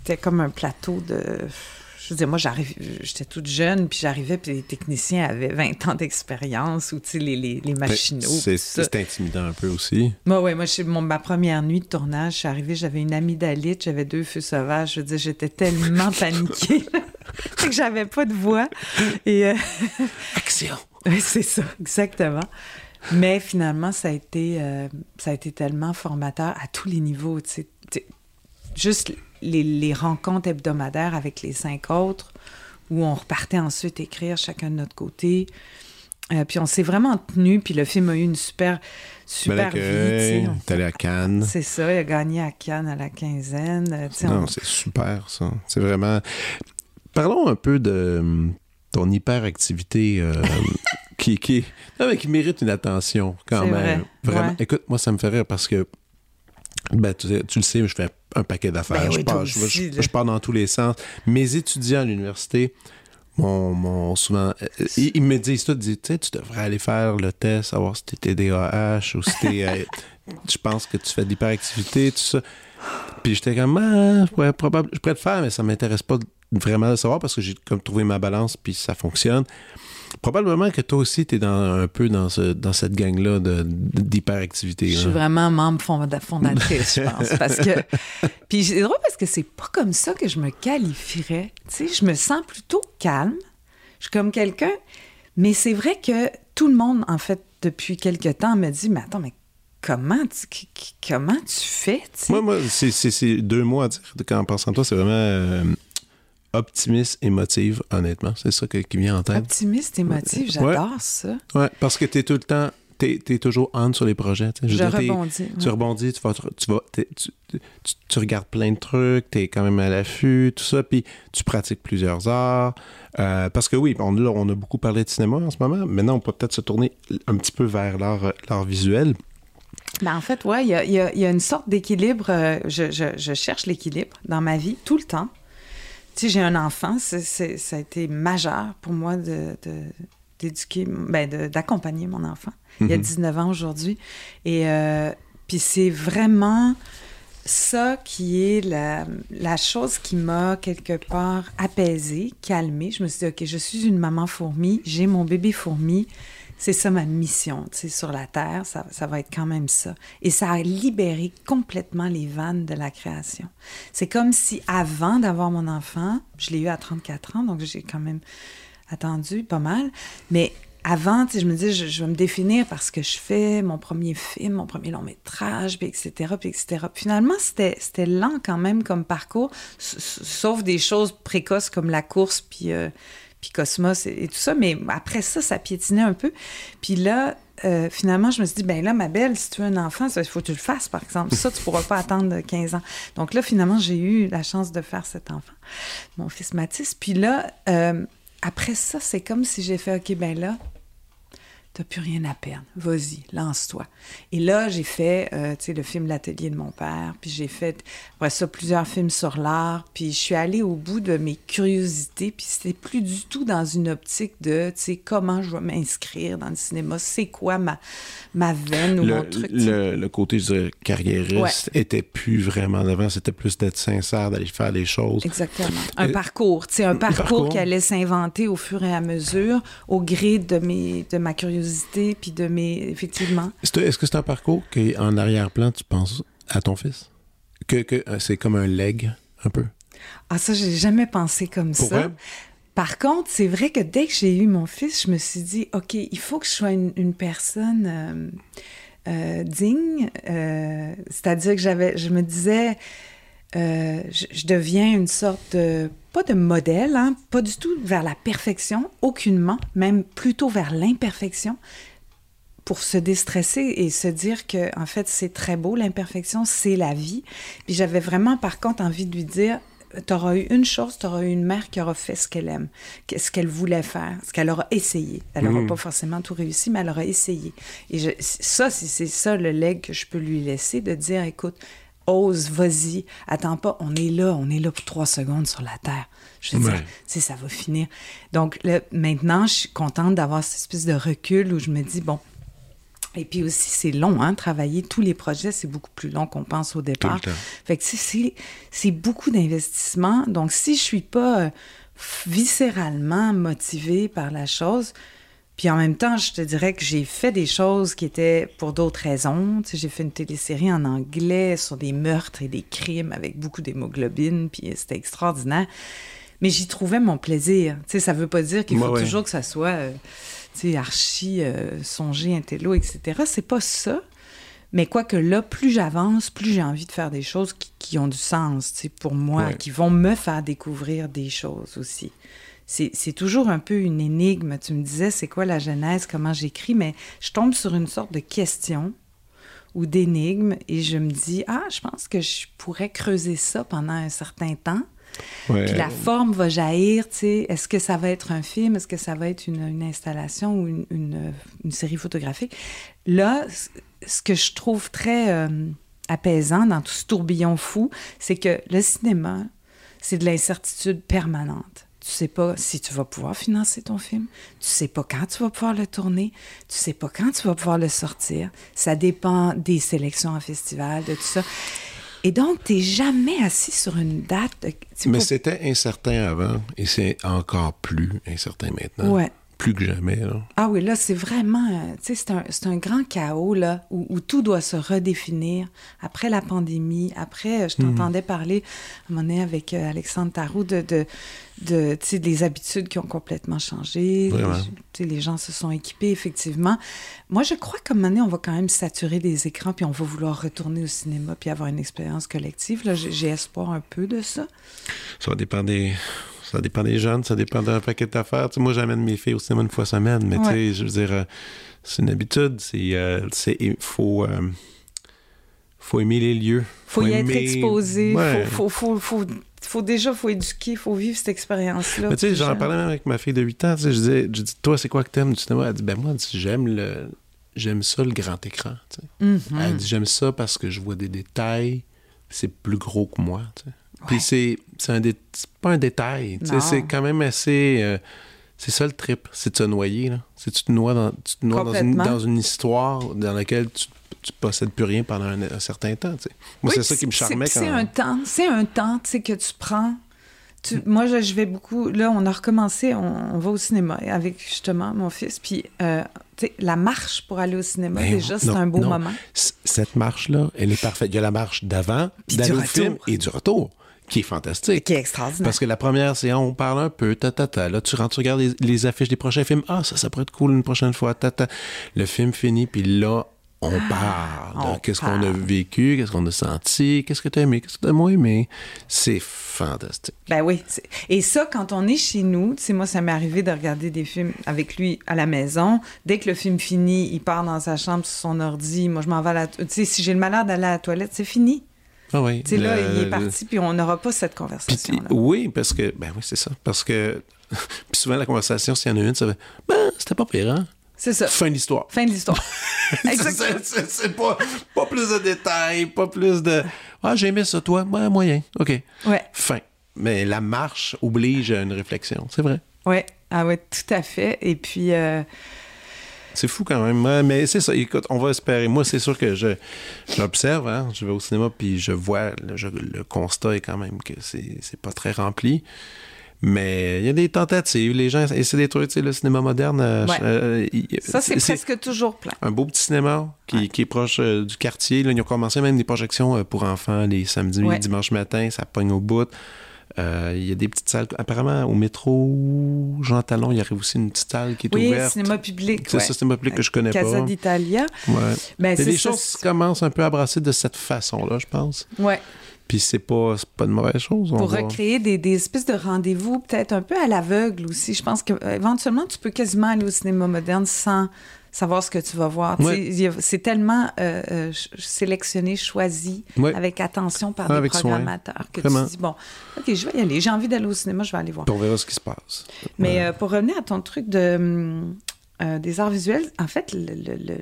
c'était comme un plateau de... Je veux dire, moi, j'étais toute jeune, puis j'arrivais, puis les techniciens avaient 20 ans d'expérience, ou, tu sais, les machinaux. C'est intimidant un peu aussi. Moi, ma première nuit de tournage, je suis arrivée, j'avais une amygdalite, j'avais 2 feux sauvages. Je veux dire, j'étais tellement paniquée que j'avais pas de voix. Et, Action! Oui, c'est ça, exactement. Mais finalement, ça a été tellement formateur à tous les niveaux, tu sais. Juste les rencontres hebdomadaires avec les 5 autres, où on repartait ensuite écrire chacun de notre côté. Puis on s'est vraiment tenus, puis le film a eu une super vie. T'es allé à Cannes. C'est ça, il a gagné à Cannes à la quinzaine. C'est super, ça. C'est vraiment... Parlons un peu de ton hyperactivité qui mérite une attention quand même. Vrai. Vraiment. Ouais. Écoute, moi, ça me fait rire parce que tu le sais, je fais un paquet d'affaires. Je pars dans tous les sens. Mes étudiants à l'université m'ont souvent... Ils me disent tout, tu sais, tu devrais aller faire le test, savoir si t'es TDAH ou si t'es... je pense que tu fais de l'hyperactivité, tout ça. Puis j'étais comme, je pourrais le faire, mais ça m'intéresse pas vraiment de savoir parce que j'ai comme trouvé ma balance puis ça fonctionne. Probablement que toi aussi, tu es un peu dans cette gang-là d'hyperactivité. Je suis vraiment membre fondatrice, je pense. Parce que... Puis c'est drôle parce que c'est pas comme ça que je me qualifierais. Tu sais, je me sens plutôt calme. Je suis comme quelqu'un... Mais c'est vrai que tout le monde, en fait, depuis quelque temps, me dit, mais attends, mais comment tu fais? T'sais? Moi, c'est 2 mots à dire. En pensant à toi, c'est vraiment... optimiste, émotive, honnêtement. C'est ça qui vient en tête. Optimiste, émotive, j'adore ça. Ouais, parce que t'es tout le temps... T'es toujours on sur les projets. Je rebondis. Tu rebondis, tu regardes plein de trucs, t'es quand même à l'affût, tout ça, puis tu pratiques plusieurs arts. Parce que oui, on a beaucoup parlé de cinéma en ce moment. Maintenant, on peut peut-être se tourner un petit peu vers l'art visuel. Ben en fait, ouais, il y a une sorte d'équilibre. Je cherche l'équilibre dans ma vie tout le temps. Tu sais, j'ai un enfant, ça a été majeur pour moi d'éduquer, d'accompagner mon enfant. Il a 19 ans aujourd'hui. Et puis c'est vraiment ça qui est la chose qui m'a quelque part apaisée, calmée. Je me suis dit, OK, je suis une maman fourmi, j'ai mon bébé fourmi. C'est ça ma mission, tu sais, sur la Terre, ça va être quand même ça. Et ça a libéré complètement les vannes de la création. C'est comme si avant d'avoir mon enfant, je l'ai eu à 34 ans, donc j'ai quand même attendu pas mal, mais avant, tu sais, je me dis, je vais me définir par ce que je fais, mon premier film, mon premier long métrage, puis etc., puis etc. Puis finalement, c'était lent quand même comme parcours, sauf des choses précoces comme la course, puis Cosmos et tout ça, mais après ça piétinait un peu. Puis là, finalement, je me suis dit, ben là, ma belle, si tu veux un enfant, il faut que tu le fasses, par exemple. Ça, tu pourras pas attendre 15 ans. Donc là, finalement, j'ai eu la chance de faire cet enfant, mon fils Mathis. Puis là, après ça, c'est comme si j'ai fait, OK, ben là, t'as plus rien à perdre. Vas-y, lance-toi. Et là, j'ai fait, tu sais, le film L'Atelier de mon père, puis j'ai fait, après ça, plusieurs films sur l'art, puis je suis allée au bout de mes curiosités, puis c'était plus du tout dans une optique de, tu sais, comment je vais m'inscrire dans le cinéma, c'est quoi ma veine ou mon truc. Le côté, je dirais, carriériste était plus vraiment devant, c'était plus d'être sincère, d'aller faire les choses. Exactement. Un parcours, tu sais, un parcours qui allait s'inventer au fur et à mesure, au gré de ma curiosité, puis de mes... Effectivement. Est-ce que c'est un parcours qu'en arrière-plan, tu penses à ton fils? Que c'est comme un leg, un peu? Ah, ça, j'ai jamais pensé comme ça. Par contre, c'est vrai que dès que j'ai eu mon fils, je me suis dit, OK, il faut que je sois une personne digne. C'est-à-dire que je me disais... je deviens une sorte de... Pas de modèle, hein, pas du tout vers la perfection, aucunement, même plutôt vers l'imperfection, pour se déstresser et se dire que, en fait, c'est très beau, l'imperfection, c'est la vie. Puis j'avais vraiment, par contre, envie de lui dire, t'auras eu une chose, t'auras eu une mère qui aura fait ce qu'elle aime, ce qu'elle voulait faire, ce qu'elle aura essayé. Elle n'aura pas forcément tout réussi, mais elle aura essayé. Et c'est ça le legs que je peux lui laisser, de dire, écoute, ose, vas-y, attends pas, on est là pour 3 secondes sur la Terre. Je veux dire, ça va finir. Donc là, maintenant, je suis contente d'avoir cette espèce de recul où je me dis, bon, Et puis aussi, c'est long, hein, travailler tous les projets, c'est beaucoup plus long qu'on pense au départ. Tout le temps. Fait que c'est beaucoup d'investissement. Donc, si je suis pas viscéralement motivée par la chose, puis en même temps, je te dirais que j'ai fait des choses qui étaient pour d'autres raisons. Tu sais, j'ai fait une télésérie en anglais sur des meurtres et des crimes avec beaucoup d'hémoglobine, puis c'était extraordinaire. Mais j'y trouvais mon plaisir. Tu sais, ça veut pas dire qu'il faut toujours que ça soit... tu sais, archi, songer, intello, etc. C'est pas ça. Mais quoique là, plus j'avance, plus j'ai envie de faire des choses qui ont du sens, tu sais, pour moi, qui vont me faire découvrir des choses aussi. C'est toujours un peu une énigme. Tu me disais, c'est quoi la genèse, comment j'écris, mais je tombe sur une sorte de question ou d'énigme et je me dis, je pense que je pourrais creuser ça pendant un certain temps. Ouais. Puis la forme va jaillir, tu sais. Est-ce que ça va être un film? Est-ce que ça va être une installation ou une série photographique? Là, ce que je trouve très apaisant dans tout ce tourbillon fou, c'est que le cinéma, c'est de l'incertitude permanente. Tu sais pas si tu vas pouvoir financer ton film, tu sais pas quand tu vas pouvoir le tourner, tu sais pas quand tu vas pouvoir le sortir. Ça dépend des sélections en festival, de tout ça. Et donc, tu n'es jamais assis sur une date. Mais c'était incertain avant et c'est encore plus incertain maintenant. Ouais. Plus que jamais. Là. Ah oui, là, c'est vraiment... tu sais, c'est un grand chaos, là, où tout doit se redéfinir. Après la pandémie, après, je t'entendais parler, à un moment donné, avec Alexandre Tarou, tu sais, des habitudes qui ont complètement changé. Les gens se sont équipés, effectivement. Moi, je crois qu'à un moment donné, on va quand même saturer les écrans, puis on va vouloir retourner au cinéma, puis avoir une expérience collective. Là, j'ai espoir un peu de ça. Ça va dépendre des... Ça dépend des jeunes, ça dépend d'un paquet d'affaires. Tu sais, moi, j'amène mes filles au cinéma une fois semaine, mais tu sais, je veux dire, c'est une habitude. Il faut aimer les lieux. Faut y être exposé. Ouais. Faut éduquer, faut vivre cette expérience-là. Mais tu sais, j'en parlais même avec ma fille de 8 ans. Tu sais, je dis, toi, c'est quoi que t'aimes du cinéma? Elle dit, moi, j'aime ça, le grand écran. Tu sais. Mm-hmm. Elle dit, j'aime ça parce que je vois des détails, c'est plus gros que moi, tu sais. Puis c'est pas un détail, c'est quand même assez... c'est ça le trip, c'est de se noyer, là. C'est tu te noies dans une histoire dans laquelle tu possèdes plus rien pendant un certain temps, tu sais. Moi, c'est ça qui me charmait quand même. C'est un temps, tu sais, que tu prends... Moi, je vais beaucoup... Là, on a recommencé, on va au cinéma avec, justement, mon fils, puis... la marche pour aller au cinéma, c'est un beau moment. Cette marche-là, elle est parfaite. Il y a la marche d'avant, d'aller au film et du retour, qui est fantastique. Qui est extraordinaire. Parce que la première, c'est on parle un peu, Là, tu rentres, tu regardes les affiches des prochains films. Ça pourrait être cool une prochaine fois, Le film finit, puis là, on parle. Qu'est-ce qu'on a vécu, qu'est-ce qu'on a senti, qu'est-ce que tu as aimé, qu'est-ce que tu as moins aimé. C'est fantastique. Ben oui. Et ça, quand on est chez nous, tu sais, moi, ça m'est arrivé de regarder des films avec lui à la maison. Dès que le film finit, il part dans sa chambre sur son ordi. Moi, je m'en vais à la... Tu sais, si j'ai le malheur d'aller à la toilette, c'est fini. Ah oui. Tu sais, là, il est parti, puis on n'aura pas cette conversation-là. Oui, parce que... Ben oui, c'est ça. Parce que... puis souvent, la conversation, s'il y en a une, ça fait... c'était pas pire, hein? C'est ça. Fin de l'histoire. Fin de l'histoire. Exactement. c'est pas plus de détails, pas plus de... j'ai aimé ça, toi. Moyen. OK. Ouais. Fin. Mais la marche oblige à une réflexion. C'est vrai. Oui. Ah ouais, tout à fait. Et puis... C'est fou quand même. Mais c'est ça. Écoute, on va espérer. Moi, c'est sûr que j'observe. Hein? Je vais au cinéma puis je vois... Le constat est quand même que c'est pas très rempli. Mais il y a des tentatives. Les gens essaient des trucs. Tu sais, le cinéma moderne... ça, c'est presque toujours plein. Un beau petit cinéma qui est proche du quartier. Là, ils ont commencé même des projections pour enfants les samedis, dimanche matin. Ça pogne au bout. Il y a des petites salles. Apparemment, au métro Jean Talon, il y arrive aussi une petite salle qui est ouverte. Oui, cinéma public. C'est ça, cinéma public que je connais Casa pas. Casa d'Italia. Ouais. Ben, il y a des choses qui commencent un peu à brasser de cette façon-là, je pense. Oui. Puis c'est pas de mauvaise chose. Pour recréer des espèces de rendez-vous, peut-être un peu à l'aveugle aussi. Je pense qu'éventuellement, tu peux quasiment aller au cinéma moderne sans savoir ce que tu vas voir. Ouais. C'est tellement sélectionné, choisi, avec attention par des programmateurs que Vraiment. tu dis, bon, OK, je vais y aller. J'ai envie d'aller au cinéma, je vais aller voir. Puis on verra ce qui se passe. Mais pour revenir à ton truc des arts visuels, en fait,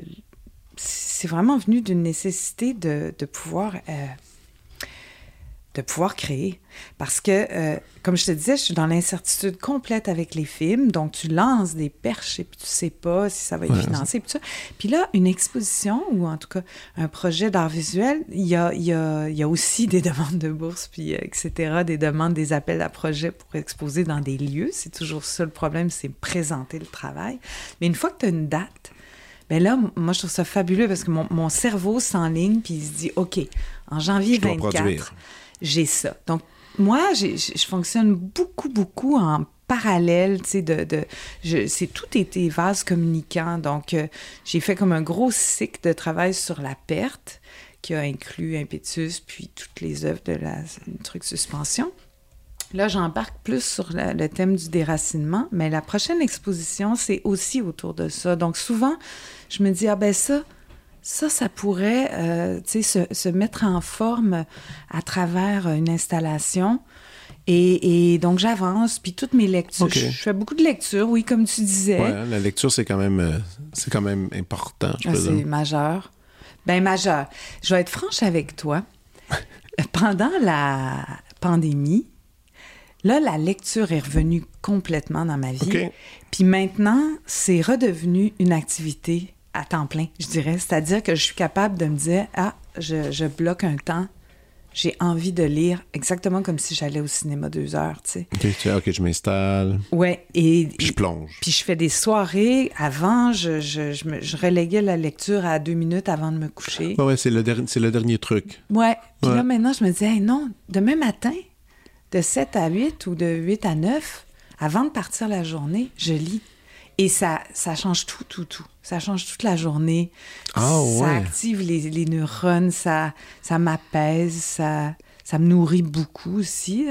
c'est vraiment venu d'une nécessité de pouvoir... de pouvoir créer. Parce que, comme je te disais, je suis dans l'incertitude complète avec les films. Donc, tu lances des perches et puis tu sais pas si ça va être financé. Puis, puis là, une exposition ou en tout cas un projet d'art visuel, il y a aussi des demandes de bourse, puis etc., des demandes, des appels à projets pour exposer dans des lieux. C'est toujours ça le problème, c'est présenter le travail. Mais une fois que tu as une date, bien là, moi, je trouve ça fabuleux parce que mon cerveau s'enligne puis il se dit, OK, en janvier 24, j'ai ça. Donc, moi, je fonctionne beaucoup en parallèle, tu sais, c'est tout été vase communicant. Donc, j'ai fait comme un gros cycle de travail sur la perte qui a inclus Impetus puis toutes les œuvres de la truc suspension. Là, j'embarque plus sur le thème du déracinement, mais la prochaine exposition, c'est aussi autour de ça. Donc, souvent, je me dis, ah ben ça pourrait, tu sais, se mettre en forme à travers une installation. Et donc, j'avance, puis toutes mes lectures. Okay. Je fais beaucoup de lectures, oui, comme tu disais. Oui, la lecture, c'est quand même important, je peux dire. C'est majeur. Bien, majeur. Je vais être franche avec toi. Pendant la pandémie, là, la lecture est revenue complètement dans ma vie. Okay. Puis maintenant, c'est redevenu une activité à temps plein, je dirais. C'est-à-dire que je suis capable de me dire, je bloque un temps, j'ai envie de lire exactement comme si j'allais au cinéma 2 heures, tu sais. OK, je m'installe. Oui. Puis je plonge. Puis je fais des soirées. Avant, je reléguais la lecture à 2 minutes avant de me coucher. Oui, c'est le dernier truc. Oui. Puis là, maintenant, je me disais, hey, non, demain matin, de 7 à 8 ou de 8 à 9, avant de partir la journée, je lis. Et ça change tout. Ça change toute la journée. Ah, ça active les neurones, ça m'apaise, ça me nourrit beaucoup aussi.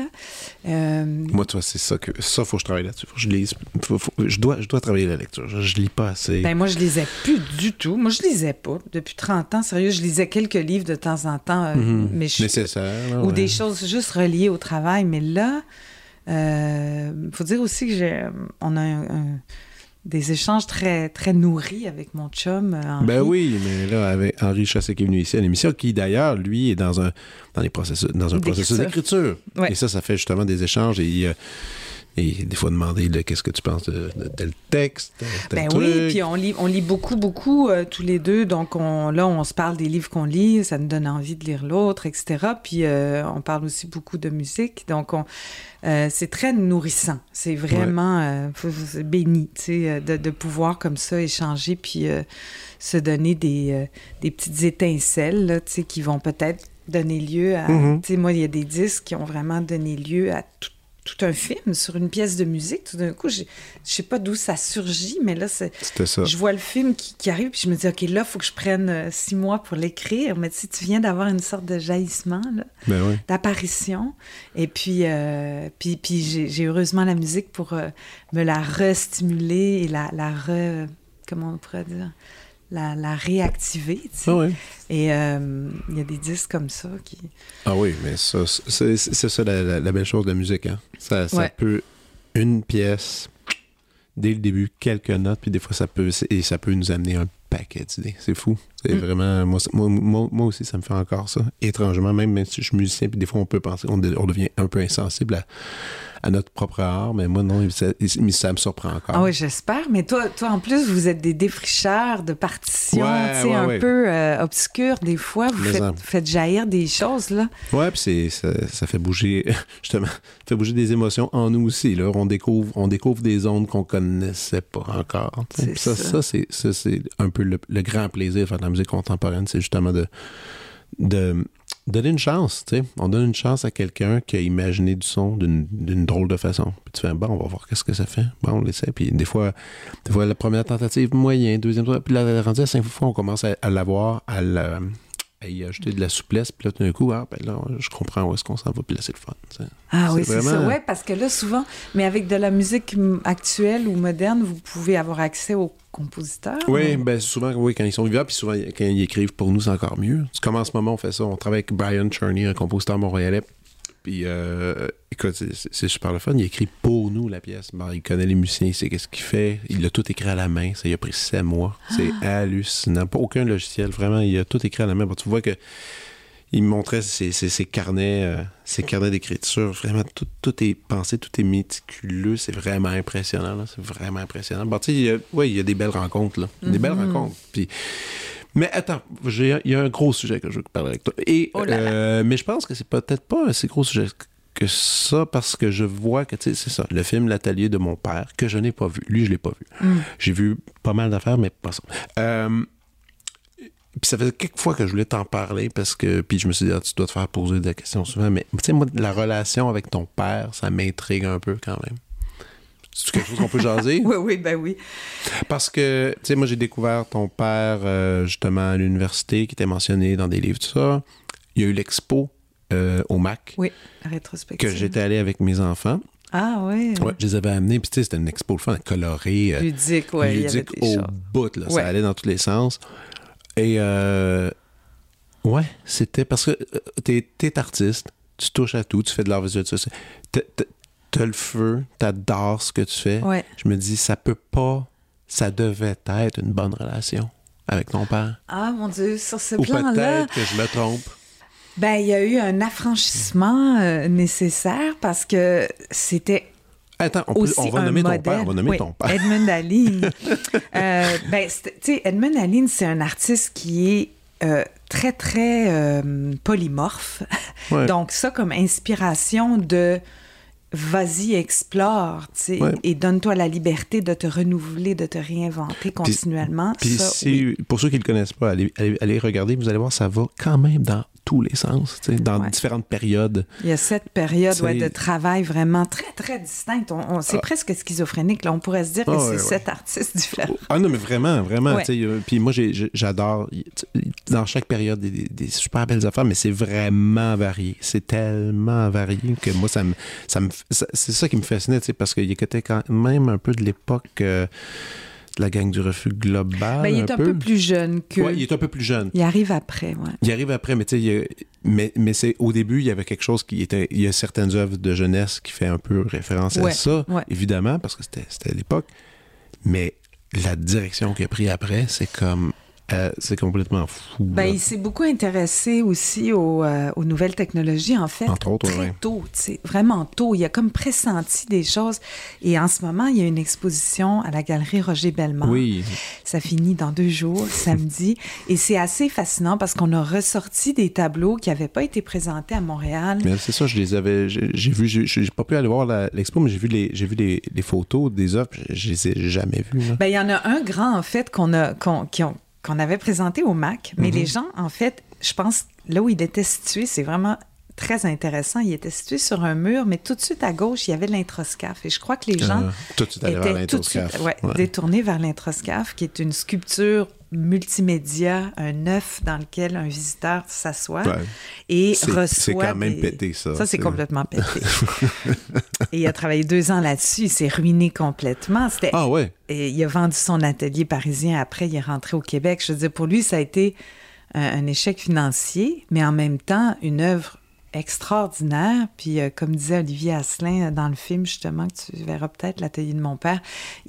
Moi, toi, c'est ça faut que je travaille là-dessus. Faut que je lise. Je dois travailler la lecture. Je lis pas assez. Ben moi, je lisais plus du tout. Moi, je lisais pas. Depuis 30 ans, sérieux, je lisais quelques livres de temps en temps. Mais nécessaire. Ou des choses juste reliées au travail. Mais là, faut dire aussi que on a des échanges très, très nourris avec mon chum, Henri. Ben oui, mais là, avec Henri Chassé qui est venu ici à l'émission, qui d'ailleurs, lui, est dans un processus d'écriture. Ouais. Et ça fait justement des échanges et des fois demander qu'est-ce que tu penses de tel texte, tel truc. Oui, puis on lit beaucoup, tous les deux. Donc on se parle des livres qu'on lit, ça nous donne envie de lire l'autre, etc. Puis on parle aussi beaucoup de musique. Donc c'est très nourrissant. C'est vraiment c'est béni, tu sais, de pouvoir comme ça échanger puis se donner des petites étincelles, là, tu sais, qui vont peut-être donner lieu à... Tu sais, moi, il y a des disques qui ont vraiment donné lieu à tout un film sur une pièce de musique. Tout d'un coup, je sais pas d'où ça surgit, mais là, c'était ça. Je vois le film qui arrive, puis je me dis, OK, là, il faut que je prenne 6 mois pour l'écrire. Mais tu viens d'avoir une sorte de jaillissement, là, d'apparition. Et puis j'ai heureusement la musique pour me la restimuler et comment on pourrait dire? La réactiver, tu sais. Et il y a des disques comme ça qui... Ah oui, mais ça, c'est ça la belle chose de la musique, hein. Ça peut... Une pièce, dès le début, quelques notes, puis des fois, ça peut nous amener un paquet d'idées. C'est fou. C'est vraiment... Moi aussi, ça me fait encore ça. Étrangement, même si je suis musicien, puis des fois, on peut penser... On devient un peu insensible à notre propre art, mais moi, non, ça me surprend encore. Ah oui, j'espère. Mais toi, en plus, vous êtes des défricheurs de partitions, un peu obscures, des fois. Vous faites jaillir des choses, là. Oui, puis ça fait bouger, justement, des émotions en nous aussi, là. On découvre des zones qu'on connaissait pas encore. Ça, c'est un peu le grand plaisir de faire de la musique contemporaine, c'est justement de donner une chance, tu sais. On donne une chance à quelqu'un qui a imaginé du son d'une drôle de façon. Puis tu fais, bon, on va voir qu'est-ce que ça fait. Bon, on l'essaie. Puis des fois, la première tentative, moyen, deuxième, puis la rendu à 5 fois, on commence à l'avoir, à y ajouter de la souplesse. Puis là, tout d'un coup, là, je comprends où est-ce qu'on s'en va. Puis là, c'est le fun. T'sais. Ah oui, c'est ça. Oui, parce que là, souvent, mais avec de la musique actuelle ou moderne, vous pouvez avoir accès aux compositeurs. Oui, bien souvent, quand ils sont vivants, puis souvent, quand ils écrivent pour nous, c'est encore mieux. Comme en ce moment, on fait ça. On travaille avec Brian Cherney, un compositeur montréalais. Puis, écoute, c'est super le fun. Il écrit pour nous la pièce. Bon, il connaît les musiciens, il sait qu'est-ce qu'il fait. Il l'a tout écrit à la main. Ça lui a pris 7 mois. C'est hallucinant. Pas aucun logiciel. Vraiment, il a tout écrit à la main. Bon, tu vois que il me montrait ses carnets d'écriture. Vraiment, tout est pensé, tout est méticuleux. C'est vraiment impressionnant. Là. C'est vraiment impressionnant. Bon, tu sais, il y a des belles rencontres. Là. Des belles rencontres. Puis... Mais attends, il y a un gros sujet que je veux parler avec toi. Et, mais je pense que c'est peut-être pas un si gros sujet que ça, parce que je vois que, tu sais, c'est ça, le film L'Atelier de mon père, que je n'ai pas vu. Lui, je l'ai pas vu. J'ai vu pas mal d'affaires, mais pas ça. Puis ça fait quelques fois que je voulais t'en parler, parce que, puis je me suis dit, tu dois te faire poser des questions souvent, mais tu sais, moi, la relation avec ton père, ça m'intrigue un peu quand même. C'est quelque chose qu'on peut jaser? Oui, ben oui. Parce que, tu sais, moi, j'ai découvert ton père, justement, à l'université, qui était mentionné dans des livres, tout ça. Il y a eu l'expo au MAC. Oui, rétrospective. Que j'étais allé avec mes enfants. Ah oui. Ouais, je les avais amenés, puis tu sais, c'était une expo, le fun, colorée. Ludique, oui. Ludique au bout, là. Ouais. Ça allait dans tous les sens. Et, ouais, c'était parce que t'es artiste, tu touches à tout, tu fais de l'art visuel, t'as le feu, t'adores ce que tu fais. Ouais. Je me dis, ça devait être une bonne relation avec ton père. Ah, mon Dieu, sur ce Ou plan-là... peut-être que je me trompe. Ben, il y a eu un affranchissement nécessaire parce que c'était... Attends, on va nommer ton père. On va nommer ton père. Edmund Aline. Ben, tu sais, Edmund Aline, c'est un artiste qui est très, très polymorphe. Ouais. Donc, ça, comme inspiration de... Vas-y, explore, tu sais, et donne-toi la liberté de te renouveler, de te réinventer continuellement. Puis pour ceux qui ne le connaissent pas, allez regarder, vous allez voir, ça va quand même dans tous les sens, tu sais, dans différentes périodes. Il y a cette période de travail vraiment très, très distincte. C'est presque schizophrénique, là. On pourrait se dire que c'est 7 artistes différents. Ah non, mais vraiment, tu sais. Puis moi, j'adore, dans chaque période, des super belles affaires, mais c'est vraiment varié. C'est tellement varié que moi, c'est ça qui me fascinait, tu sais, parce qu'il était quand même un peu de l'époque de la gang du refus global. Ben, il est un peu plus jeune que... Oui, il est un peu plus jeune. Il arrive après, oui. Il arrive après, mais tu sais, mais c'est au début, il y avait quelque chose qui était... Il y a certaines œuvres de jeunesse qui fait un peu référence à ça, évidemment, parce que c'était l'époque. Mais la direction qu'il a pris après, c'est comme... c'est complètement fou. Ben, il s'est beaucoup intéressé aussi aux nouvelles technologies, en fait. Entre autres, très tôt, tu sais, vraiment tôt. Il a comme pressenti des choses. Et en ce moment, il y a une exposition à la Galerie Roger Bellemare. Oui. Ça finit dans 2 jours, samedi. Et c'est assez fascinant parce qu'on a ressorti des tableaux qui n'avaient pas été présentés à Montréal. Mais c'est ça, je les avais... J'ai vu... J'ai pas pu aller voir l'expo, mais j'ai vu les photos des œuvres. Je les ai jamais vues. Là. Ben, il y en a un grand, en fait, qu'on avait présenté au MAC, mais les gens, en fait, je pense, là où il était situé, c'est vraiment très intéressant. Il était situé sur un mur, mais tout de suite à gauche, il y avait l'introscaphe. Et je crois que les gens étaient détournés vers l'introscaphe, qui est une sculpture multimédia, un œuf dans lequel un visiteur s'assoit et reçoit... C'est quand même pété, ça. Ça, c'est complètement pété. Et il a travaillé 2 ans là-dessus. Il s'est ruiné complètement. Ah ouais? Et il a vendu son atelier parisien. Après, il est rentré au Québec. Je veux dire, pour lui, ça a été un échec financier, mais en même temps, une œuvre extraordinaire. Puis, comme disait Olivier Asselin dans le film, justement, que tu verras peut-être, L'Atelier de mon père,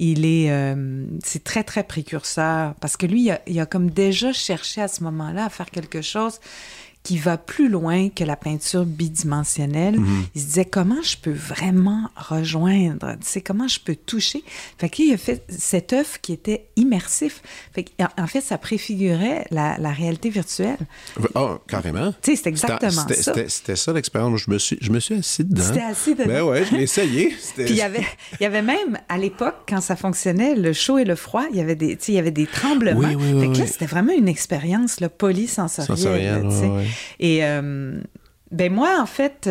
c'est très, très précurseur. Parce que lui, il a comme déjà cherché à ce moment-là à faire quelque chose qui va plus loin que la peinture bidimensionnelle. Il se disait, comment je peux vraiment rejoindre? Tu sais, comment je peux toucher? Fait qu'il a fait cette œuvre qui était immersif. Fait qu'en fait, ça préfigurait la réalité virtuelle. Ah, carrément. Tu sais, c'est exactement ça. C'était ça l'expérience. Je me suis assis dedans. C'était assis dedans. Ben ouais, je l'ai essayé. Puis il y avait même, à l'époque, quand ça fonctionnait, le chaud et le froid, il y avait des tremblements. Oui. Fait que là, c'était vraiment une expérience polysensorielle. Ouais. Et ben moi, en fait,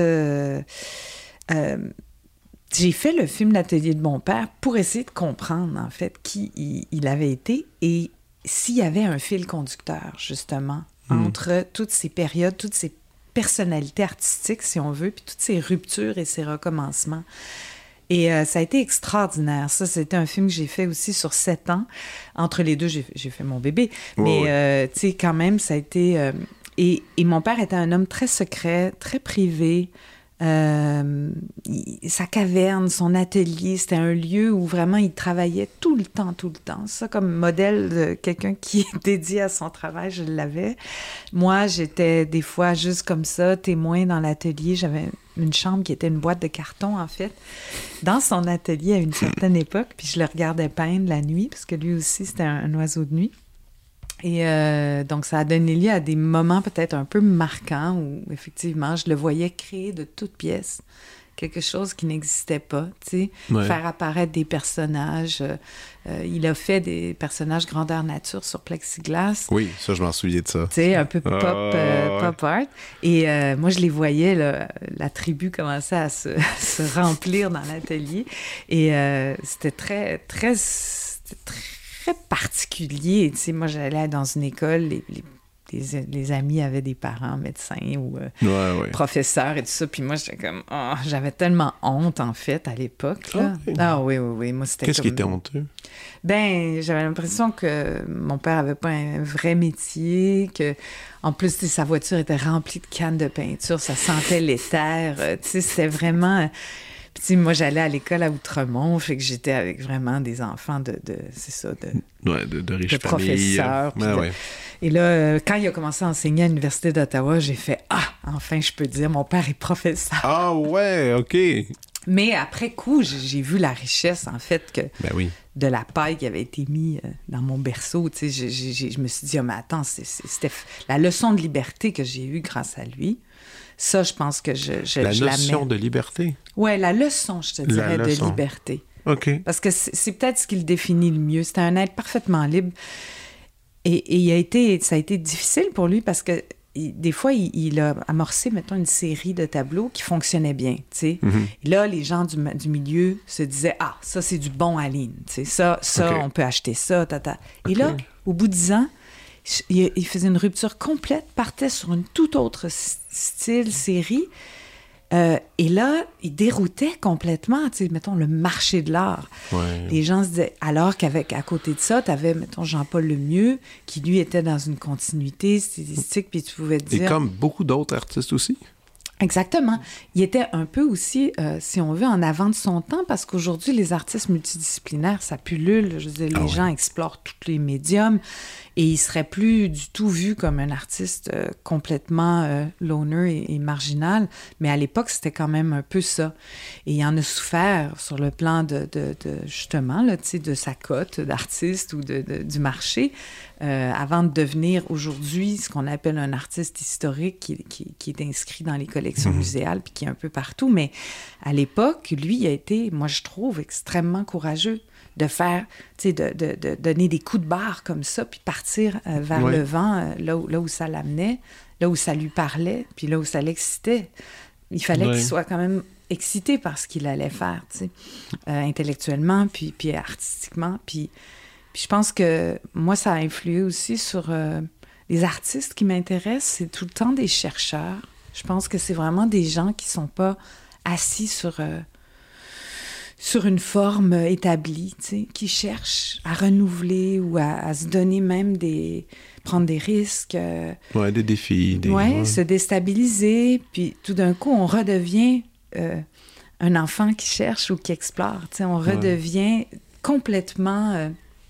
j'ai fait le film L'Atelier de mon père pour essayer de comprendre, en fait, qui il avait été et s'il y avait un fil conducteur, justement, entre toutes ces périodes, toutes ces personnalités artistiques, si on veut, puis toutes ces ruptures et ces recommencements. Et ça a été extraordinaire. Ça, c'était un film que j'ai fait aussi sur 7 ans. Entre les deux, j'ai fait mon bébé. Mais, tu sais, quand même, ça a été... Et mon père était un homme très secret, très privé, Sa caverne, son atelier, c'était un lieu où vraiment il travaillait tout le temps. Ça, comme modèle de quelqu'un qui est dédié à son travail, je l'avais. Moi, j'étais des fois juste comme ça, témoin dans l'atelier. J'avais une chambre qui était une boîte de carton, en fait, dans son atelier à une certaine époque. Puis je le regardais peindre la nuit, parce que lui aussi, c'était un oiseau de nuit. Et donc, ça a donné lieu à des moments peut-être un peu marquants où, effectivement, je le voyais créer de toutes pièces quelque chose qui n'existait pas, tu sais, faire apparaître des personnages. Il a fait des personnages grandeur nature sur plexiglas. Oui, ça, je m'en souviens de ça. Tu sais, un peu pop art. Et moi, je les voyais, là, la tribu commençait à se remplir dans l'atelier. Et c'était très particulier. Tu sais, moi, j'allais dans une école, les amis avaient des parents médecins ou professeurs et tout ça. Puis moi, j'étais comme... Oh, j'avais tellement honte, en fait, à l'époque. Là. Ah oui. Moi, c'était Qu'est-ce qui était honteux? Ben, j'avais l'impression que mon père avait pas un vrai métier, que en plus, sa voiture était remplie de cannes de peinture, ça sentait l'éther. Tu sais, c'était vraiment... Puis, moi, j'allais à l'école à Outremont, fait que j'étais avec vraiment des enfants de riches professeurs. Et là, quand il a commencé à enseigner à l'Université d'Ottawa, j'ai fait « Ah, enfin, je peux dire, mon père est professeur. » Ah ouais, OK. Mais après coup, j'ai vu la richesse, en fait, de la paille qui avait été mise dans mon berceau. Tu sais, je me suis dit « Ah, mais attends, c'était la leçon de liberté que j'ai eue grâce à lui. » Ça, je pense que la notion de liberté? Oui, la leçon, je te dirais, de liberté. OK. Parce que c'est peut-être ce qui le définit le mieux. C'était un être parfaitement libre. Et ça a été difficile pour lui parce que des fois, il a amorcé, mettons, une série de tableaux qui fonctionnaient bien, tu sais. Et là, les gens du milieu se disaient « Ah, ça, c'est du bon Aline. Tu sais, ça, on peut acheter ça, tata. » Et là, au bout de 10 ans, il faisait une rupture complète, partait sur une toute autre style, série. Et là, il déroutait complètement, tu sais, mettons, le marché de l'art. Ouais. Les gens se disaient... Alors qu'à côté de ça, tu avais, mettons, Jean-Paul Lemieux, qui, lui, était dans une continuité stylistique, puis tu pouvais te dire... Et comme beaucoup d'autres artistes aussi. Exactement. Il était un peu aussi, si on veut, en avant de son temps, parce qu'aujourd'hui, les artistes multidisciplinaires, ça pullule. Je veux dire, les gens explorent tous les médiums et il ne serait plus du tout vu comme un artiste complètement loner et marginal. Mais à l'époque, c'était quand même un peu ça. Et il en a souffert sur le plan justement, là, tu sais, de sa cote d'artiste ou du marché, avant de devenir aujourd'hui ce qu'on appelle un artiste historique qui est inscrit dans les collections muséales puis qui est un peu partout. Mais à l'époque, lui, il a été, moi, je trouve, extrêmement courageux de faire, tu sais, de donner des coups de barre comme ça puis partir vers le vent, là où ça l'amenait, là où ça lui parlait puis là où ça l'excitait. Il fallait qu'il soit quand même excité par ce qu'il allait faire, tu sais, intellectuellement puis artistiquement. Puis je pense que moi, ça a influé aussi sur les artistes qui m'intéressent. C'est tout le temps des chercheurs. Je pense que c'est vraiment des gens qui ne sont pas assis sur une forme établie, tu sais, qui cherchent à renouveler ou à se donner même prendre des risques. Des défis. Se déstabiliser. Puis tout d'un coup, on redevient un enfant qui cherche ou qui explore. Tu sais, on redevient complètement...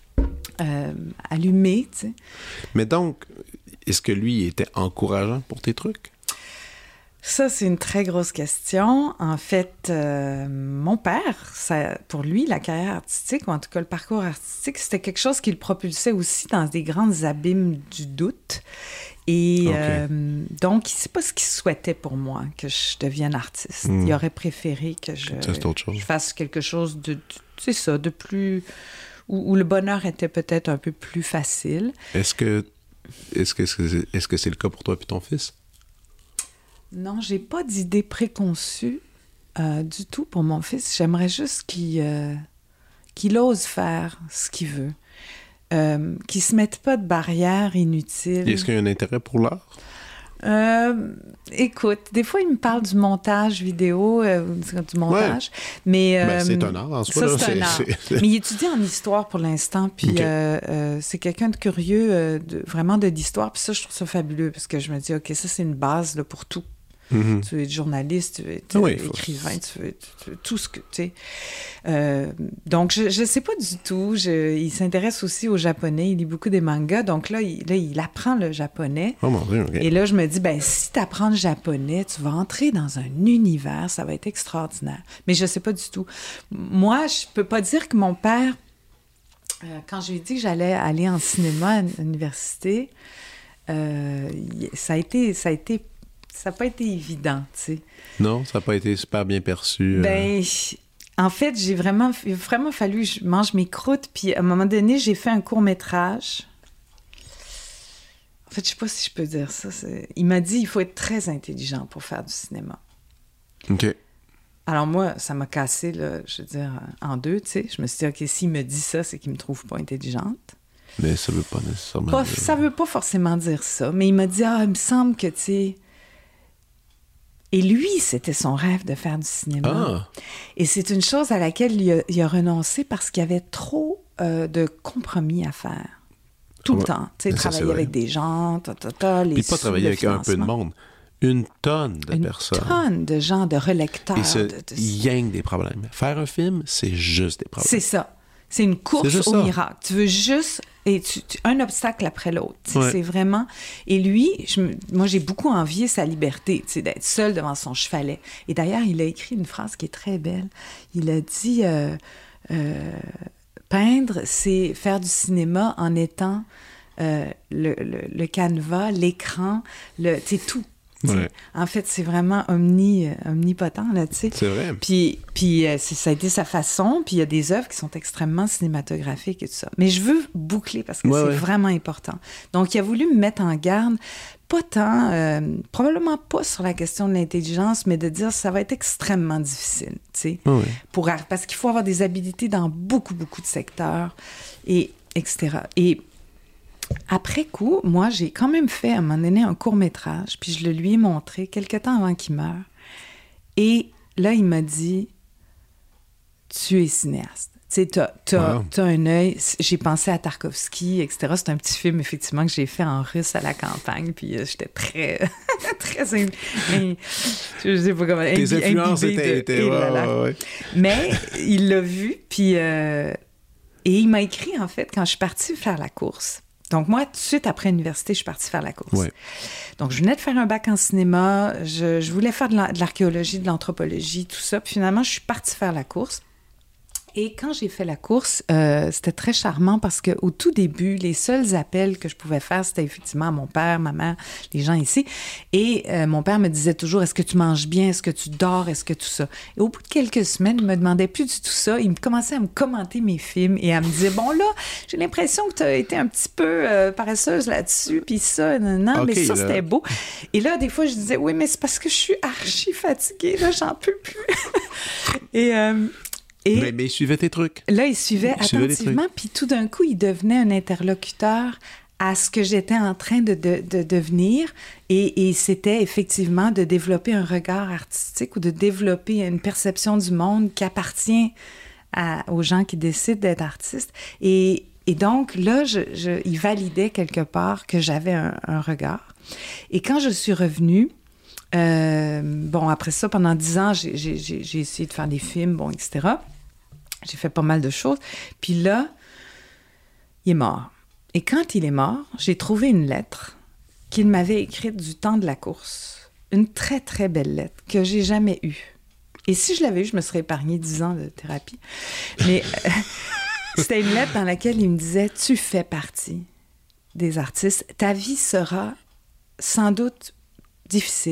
allumé, tu sais. Mais donc, est-ce que lui était encourageant pour tes trucs? Ça, c'est une très grosse question. En fait, mon père, pour lui, la carrière artistique, ou en tout cas le parcours artistique, c'était quelque chose qui le propulsait aussi dans des grands abîmes du doute. Et donc, c'est pas ce qu'il souhaitait pour moi, que je devienne artiste. Il aurait préféré que je fasse quelque chose de plus... Où le bonheur était peut-être un peu plus facile. Est-ce que c'est le cas pour toi et ton fils? Non, j'ai pas d'idée préconçue du tout pour mon fils. J'aimerais juste qu'il ose faire ce qu'il veut. Qu'il se mette pas de barrières inutiles. Est-ce qu'il y a un intérêt pour l'art? Écoute, des fois, il me parle du montage vidéo, du montage, mais... c'est un art en soi. Ça, c'est un art. Mais il étudie en histoire pour l'instant, puis c'est quelqu'un de curieux, vraiment de l'histoire, puis ça, je trouve ça fabuleux, parce que je me dis, OK, ça, c'est une base là, pour tout. Mm-hmm. Tu veux être journaliste, tu veux être écrivain, tu veux tout ce que tu sais. Donc, je sais pas du tout. Il s'intéresse aussi au japonais. Il lit beaucoup des mangas. Donc là, il apprend le japonais. Oh mon Dieu, OK. Et là, je me dis, ben si tu apprends le japonais, tu vas entrer dans un univers, ça va être extraordinaire. Mais je sais pas du tout. Moi, je peux pas dire que mon père... quand je lui ai dit que j'allais aller en cinéma à l'université, ça n'a pas été évident, tu sais. Non, ça n'a pas été super bien perçu. Ben, en fait, il a vraiment fallu que je mange mes croûtes, puis à un moment donné, j'ai fait un court-métrage. En fait, je sais pas si je peux dire ça. Il m'a dit, il faut être très intelligent pour faire du cinéma. OK. Alors moi, ça m'a cassé, là, je veux dire, en deux, tu sais. Je me suis dit, OK, s'il me dit ça, c'est qu'il me trouve pas intelligente. Mais ça veut pas nécessairement dire... Ça veut pas forcément dire ça, mais il m'a dit, il me semble que, tu sais... Et lui, c'était son rêve de faire du cinéma. Ah! Et c'est une chose à laquelle il a renoncé parce qu'il y avait trop de compromis à faire. Tout le temps. Tu sais, travailler avec des gens, les Puis pas travailler avec un peu de monde. Une tonne de personnes. Une tonne de gens, de relecteurs. Il y a des problèmes. Faire un film, c'est juste des problèmes. C'est ça. C'est une course au miracle. Tu veux juste... Et un obstacle après l'autre. Ouais. C'est vraiment... Et lui, moi, j'ai beaucoup envié sa liberté, d'être seul devant son chevalet. Et d'ailleurs, il a écrit une phrase qui est très belle. Il a dit... peindre, c'est faire du cinéma en étant le canevas, l'écran, tout. Ouais. En fait, c'est vraiment omnipotent, là, tu sais. C'est vrai. Puis ça a été sa façon, puis il y a des œuvres qui sont extrêmement cinématographiques et tout ça. Mais je veux boucler parce que c'est vraiment important. Donc, il a voulu me mettre en garde, pas tant, probablement pas sur la question de l'intelligence, mais de dire que ça va être extrêmement difficile, tu sais, parce qu'il faut avoir des habilités dans beaucoup, beaucoup de secteurs, et etc. Et après coup, moi, j'ai quand même fait, à un moment donné, un court-métrage, puis je le lui ai montré quelque temps avant qu'il meure. Et là, il m'a dit, tu es cinéaste. Tu sais, t'as un œil. J'ai pensé à Tarkovsky, etc. C'est un petit film, effectivement, que j'ai fait en russe à la campagne, puis j'étais très... mais, je sais pas comment... Tes influences étaient... Mais il l'a vu, puis... et il m'a écrit, en fait, quand je suis partie faire la course. Donc, moi, tout de suite après l'université, je suis partie faire la course. Ouais. Donc, je venais de faire un bac en cinéma. Je voulais faire de l'archéologie, de l'anthropologie, tout ça. Puis finalement, je suis partie faire la course. Et quand j'ai fait la course, c'était très charmant parce qu'au tout début, les seuls appels que je pouvais faire, c'était effectivement à mon père, ma mère, les gens ici. Et mon père me disait toujours, est-ce que tu manges bien? Est-ce que tu dors? Est-ce que tout ça? Et au bout de quelques semaines, il me demandait plus du tout ça. Il commençait à me commenter mes films et à me dire, bon là, j'ai l'impression que tu as été un petit peu paresseuse là-dessus, puis ça, non, mais ça, c'était beau. Et là, des fois, je disais, oui, mais c'est parce que je suis archi fatiguée, là, j'en peux plus. Mais il suivait tes trucs. Là, il suivait attentivement, puis tout d'un coup, il devenait un interlocuteur à ce que j'étais en train de devenir, et c'était effectivement de développer un regard artistique ou de développer une perception du monde qui appartient aux gens qui décident d'être artistes. Et donc, là, il validait quelque part que j'avais un regard. Et quand je suis revenue, après ça, pendant 10 ans, j'ai essayé de faire des films, etc. J'ai fait pas mal de choses. Puis là, il est mort. Et quand il est mort, j'ai trouvé une lettre qu'il m'avait écrite du temps de la course. Une très, très belle lettre que j'ai jamais eue. Et si je l'avais eue, je me serais épargné 10 ans de thérapie. Mais c'était une lettre dans laquelle il me disait « Tu fais partie des artistes. Ta vie sera sans doute difficile. »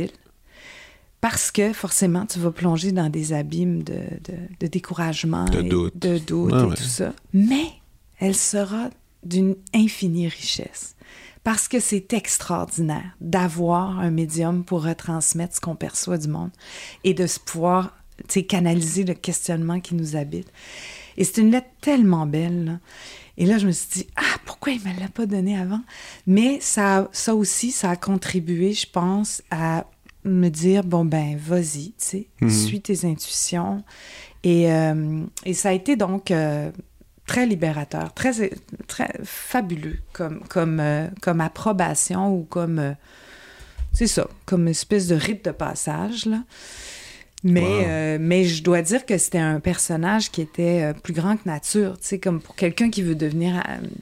Parce que, forcément, tu vas plonger dans des abîmes de découragement, de doute et tout ça. Mais elle sera d'une infinie richesse. Parce que c'est extraordinaire d'avoir un médium pour retransmettre ce qu'on perçoit du monde et de se pouvoir, canaliser le questionnement qui nous habite. Et c'est une lettre tellement belle, là. Et là, je me suis dit, pourquoi il ne me l'a pas donnée avant? Mais ça aussi, ça a contribué, je pense, à me dire, vas-y, tu sais, suis tes intuitions. Et ça a été donc très libérateur, très, très fabuleux comme approbation ou comme c'est ça, comme une espèce de rite de passage, là. Mais je dois dire que c'était un personnage qui était plus grand que nature, tu sais, comme pour quelqu'un qui veut devenir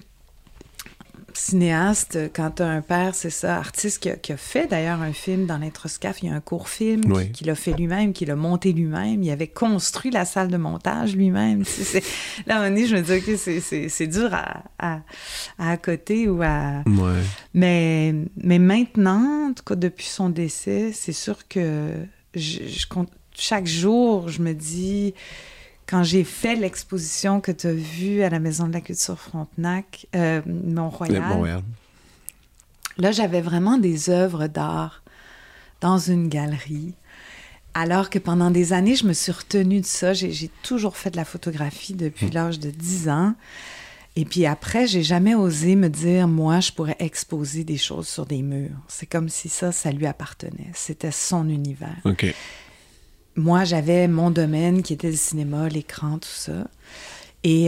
cinéaste, quand tu as un père, c'est ça, artiste qui a fait d'ailleurs un film dans l'Introscaf, il y a un court film qu'il a fait lui-même, qu'il a monté lui-même, il avait construit la salle de montage lui-même. Là, à un moment donné, je me dis, OK, c'est dur à accoter ou à... Ouais. Mais maintenant, en tout cas, depuis son décès, c'est sûr que je compte, chaque jour, je me dis... Quand j'ai fait l'exposition que tu as vue à la Maison de la Culture Frontenac, Mont-Royal, là, j'avais vraiment des œuvres d'art dans une galerie, alors que pendant des années, je me suis retenue de ça. J'ai toujours fait de la photographie depuis l'âge de 10 ans. Et puis après, j'ai jamais osé me dire, moi, je pourrais exposer des choses sur des murs. C'est comme si ça lui appartenait. C'était son univers. OK. Moi, j'avais mon domaine qui était le cinéma, l'écran, tout ça. Et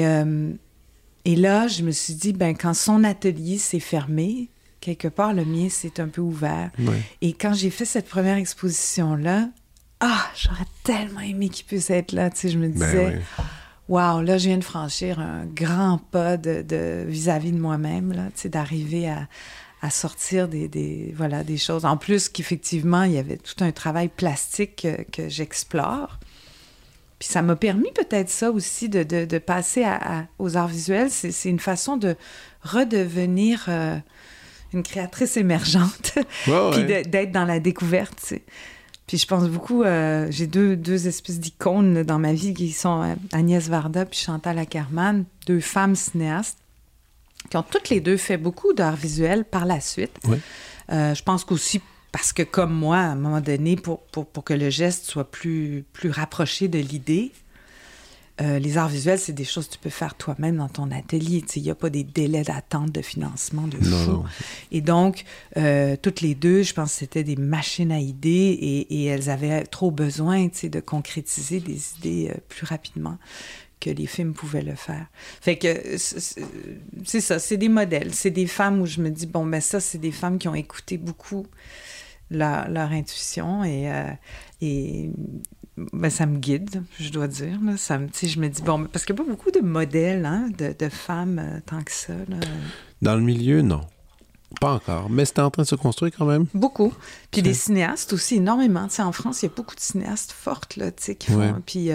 là, je me suis dit, quand son atelier s'est fermé, quelque part, le mien s'est un peu ouvert. Ouais. Et quand j'ai fait cette première exposition-là, j'aurais tellement aimé qu'il puisse être là. Tu sais, je me disais, wow, là, je viens de franchir un grand pas vis-à-vis de moi-même, là, tu sais, d'arriver à sortir des choses. En plus qu'effectivement, il y avait tout un travail plastique que j'explore. Puis ça m'a permis peut-être ça aussi de passer aux arts visuels. C'est une façon de redevenir une créatrice émergente, puis d'être dans la découverte, tu sais. Puis je pense beaucoup, j'ai deux espèces d'icônes dans ma vie qui sont Agnès Varda puis Chantal Akerman, 2 femmes cinéastes qui ont toutes les 2 fait beaucoup d'art visuel par la suite. Oui. Je pense qu'aussi parce que, comme moi, à un moment donné, pour que le geste soit plus rapproché de l'idée, les arts visuels, c'est des choses que tu peux faire toi-même dans ton atelier. Il n'y a pas des délais d'attente de financement de fou. Non. Et donc, toutes les 2, je pense que c'était des machines à idées et elles avaient trop besoin de concrétiser des idées plus rapidement que les films pouvaient le faire. Fait que c'est ça, c'est des modèles. C'est des femmes où je me dis, ça, c'est des femmes qui ont écouté beaucoup leur intuition et ça me guide, je dois dire. Là. Je me dis, parce qu'il n'y a pas beaucoup de modèles de femmes tant que ça. Là. Dans le milieu, non. Pas encore, mais c'est en train de se construire quand même. Beaucoup. Puis des cinéastes aussi, énormément. En France, il y a beaucoup de cinéastes fortes là, qui font... Ouais. Puis,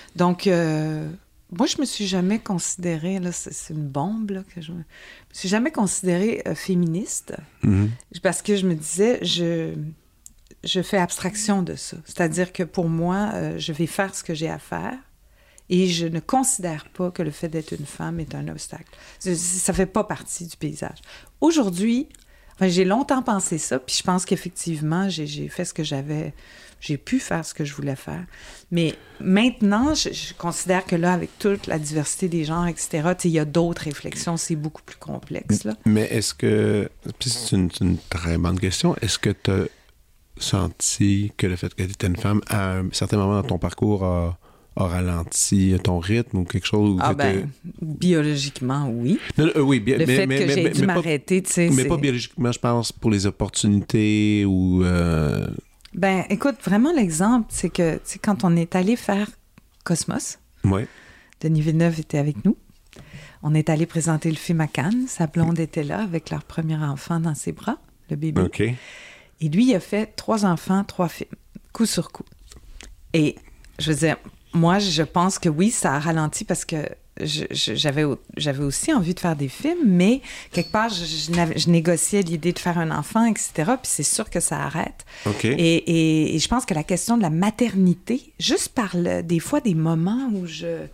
moi, je me suis jamais considérée, là, c'est une bombe, là, que je me suis jamais considérée féministe, parce que je me disais, je fais abstraction de ça. C'est-à-dire que pour moi, je vais faire ce que j'ai à faire et je ne considère pas que le fait d'être une femme est un obstacle. Ça fait pas partie du paysage. Aujourd'hui, j'ai longtemps pensé ça, puis je pense qu'effectivement, j'ai fait ce que j'avais... J'ai pu faire ce que je voulais faire. Mais maintenant, je considère que là, avec toute la diversité des genres, etc., il y a d'autres réflexions, c'est beaucoup plus complexe. Là. Mais est-ce que... Puis c'est une très bonne question. Est-ce que tu as senti que le fait que tu étais une femme, à un certain moment dans ton parcours, a ralenti ton rythme ou quelque chose? Biologiquement, oui. Oui, le fait que j'ai dû m'arrêter, tu sais... Mais pas biologiquement, je pense, pour les opportunités ou... écoute, vraiment, l'exemple, c'est que, tu sais, quand on est allé faire Cosmos, Denis Villeneuve était avec nous. On est allé présenter le film à Cannes. Sa blonde était là avec leur premier enfant dans ses bras, le bébé. OK. Et lui, il a fait 3 enfants, 3 films, coup sur coup. Et je veux dire, moi, je pense que oui, ça a ralenti parce que j'avais aussi envie de faire des films, mais quelque part, je négociais l'idée de faire un enfant, etc. Puis c'est sûr que ça arrête. Okay. Et je pense que la question de la maternité, juste par des fois des moments où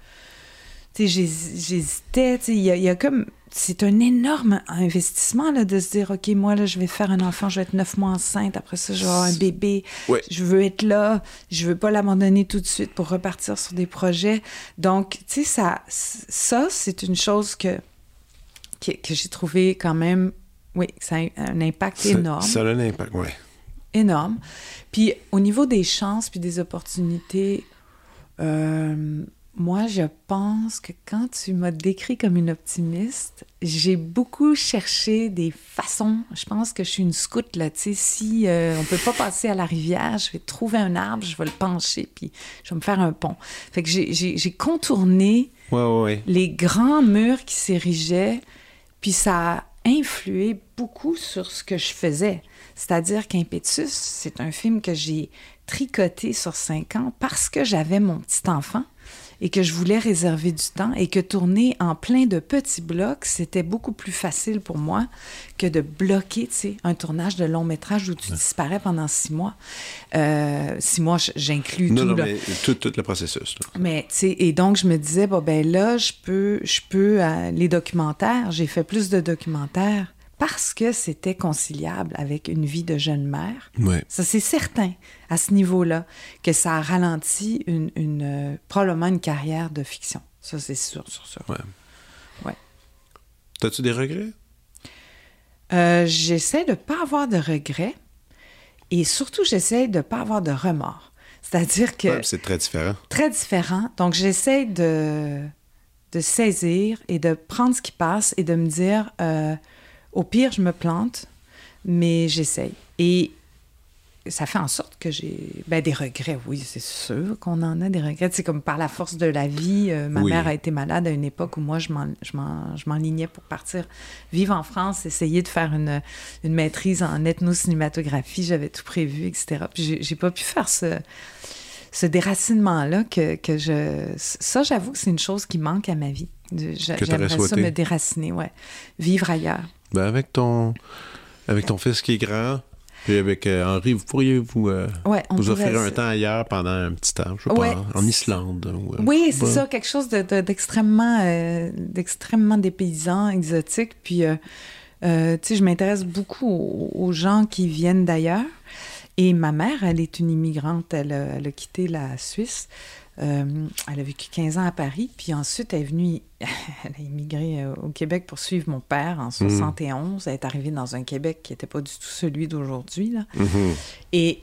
j'hésitais, il y a comme... C'est un énorme investissement là, de se dire, OK, moi, là, je vais faire un enfant, je vais être 9 mois enceinte, après ça, je vais avoir un bébé, je veux être là, je veux pas l'abandonner tout de suite pour repartir sur des projets. Donc, tu sais, ça, c'est une chose que j'ai trouvé quand même, ça a un impact énorme. Ça a un impact, oui. Énorme. Puis, au niveau des chances puis des opportunités, Moi, je pense que quand tu m'as décrit comme une optimiste, j'ai beaucoup cherché des façons. Je pense que je suis une scout, là, tu sais. Si on peut pas passer à la rivière, je vais trouver un arbre, je vais le pencher, puis je vais me faire un pont. Fait que j'ai contourné les grands murs qui s'érigeaient, puis ça a influé beaucoup sur ce que je faisais. C'est-à-dire qu'Impétus, c'est un film que j'ai tricoté sur 5 ans parce que j'avais mon petit enfant et que je voulais réserver du temps et que tourner en plein de petits blocs, c'était beaucoup plus facile pour moi que de bloquer, tu sais, un tournage de long métrage où tu disparais pendant 6 mois. 6 mois, j'inclus tout. Non, là. mais tout le processus. Là. Mais, tu sais, et donc, je me disais, bon, ben là, je peux les documentaires, j'ai fait plus de documentaires parce que c'était conciliable avec une vie de jeune mère. Ouais. Ça, c'est certain, à ce niveau-là, que ça a ralenti probablement une carrière de fiction. Ça, c'est sûr. Ouais. T'as-tu des regrets? J'essaie de ne pas avoir de regrets et surtout, j'essaie de ne pas avoir de remords. C'est-à-dire que... Ouais, c'est très différent. Très différent. Donc, j'essaie de saisir et de prendre ce qui passe et de me dire... au pire, je me plante, mais j'essaye. Et ça fait en sorte que j'ai des regrets. Oui, c'est sûr qu'on en a des regrets. C'est comme par la force de la vie. Ma mère a été malade à une époque où moi, je m'enlignais pour partir vivre en France, essayer de faire une maîtrise en ethno-cinématographie. J'avais tout prévu, etc. Puis j'ai pas pu faire ce déracinement-là que je... Ça, j'avoue que c'est une chose qui manque à ma vie. J'aimerais ça me déraciner, ouais. Vivre ailleurs. Ben avec ton fils qui est grand, puis avec Henri, vous pourriez vous offrir un temps ailleurs pendant un petit temps, je sais pas, en Islande. Oui, c'est ça, quelque chose d'extrêmement dépaysant, exotique. Puis, tu sais, je m'intéresse beaucoup aux gens qui viennent d'ailleurs. Et ma mère, elle est une immigrante, elle a quitté la Suisse. Elle a vécu 15 ans à Paris, puis ensuite elle est venue, elle a immigré au Québec pour suivre mon père en 71. Elle est arrivée dans un Québec qui n'était pas du tout celui d'aujourd'hui, là. Et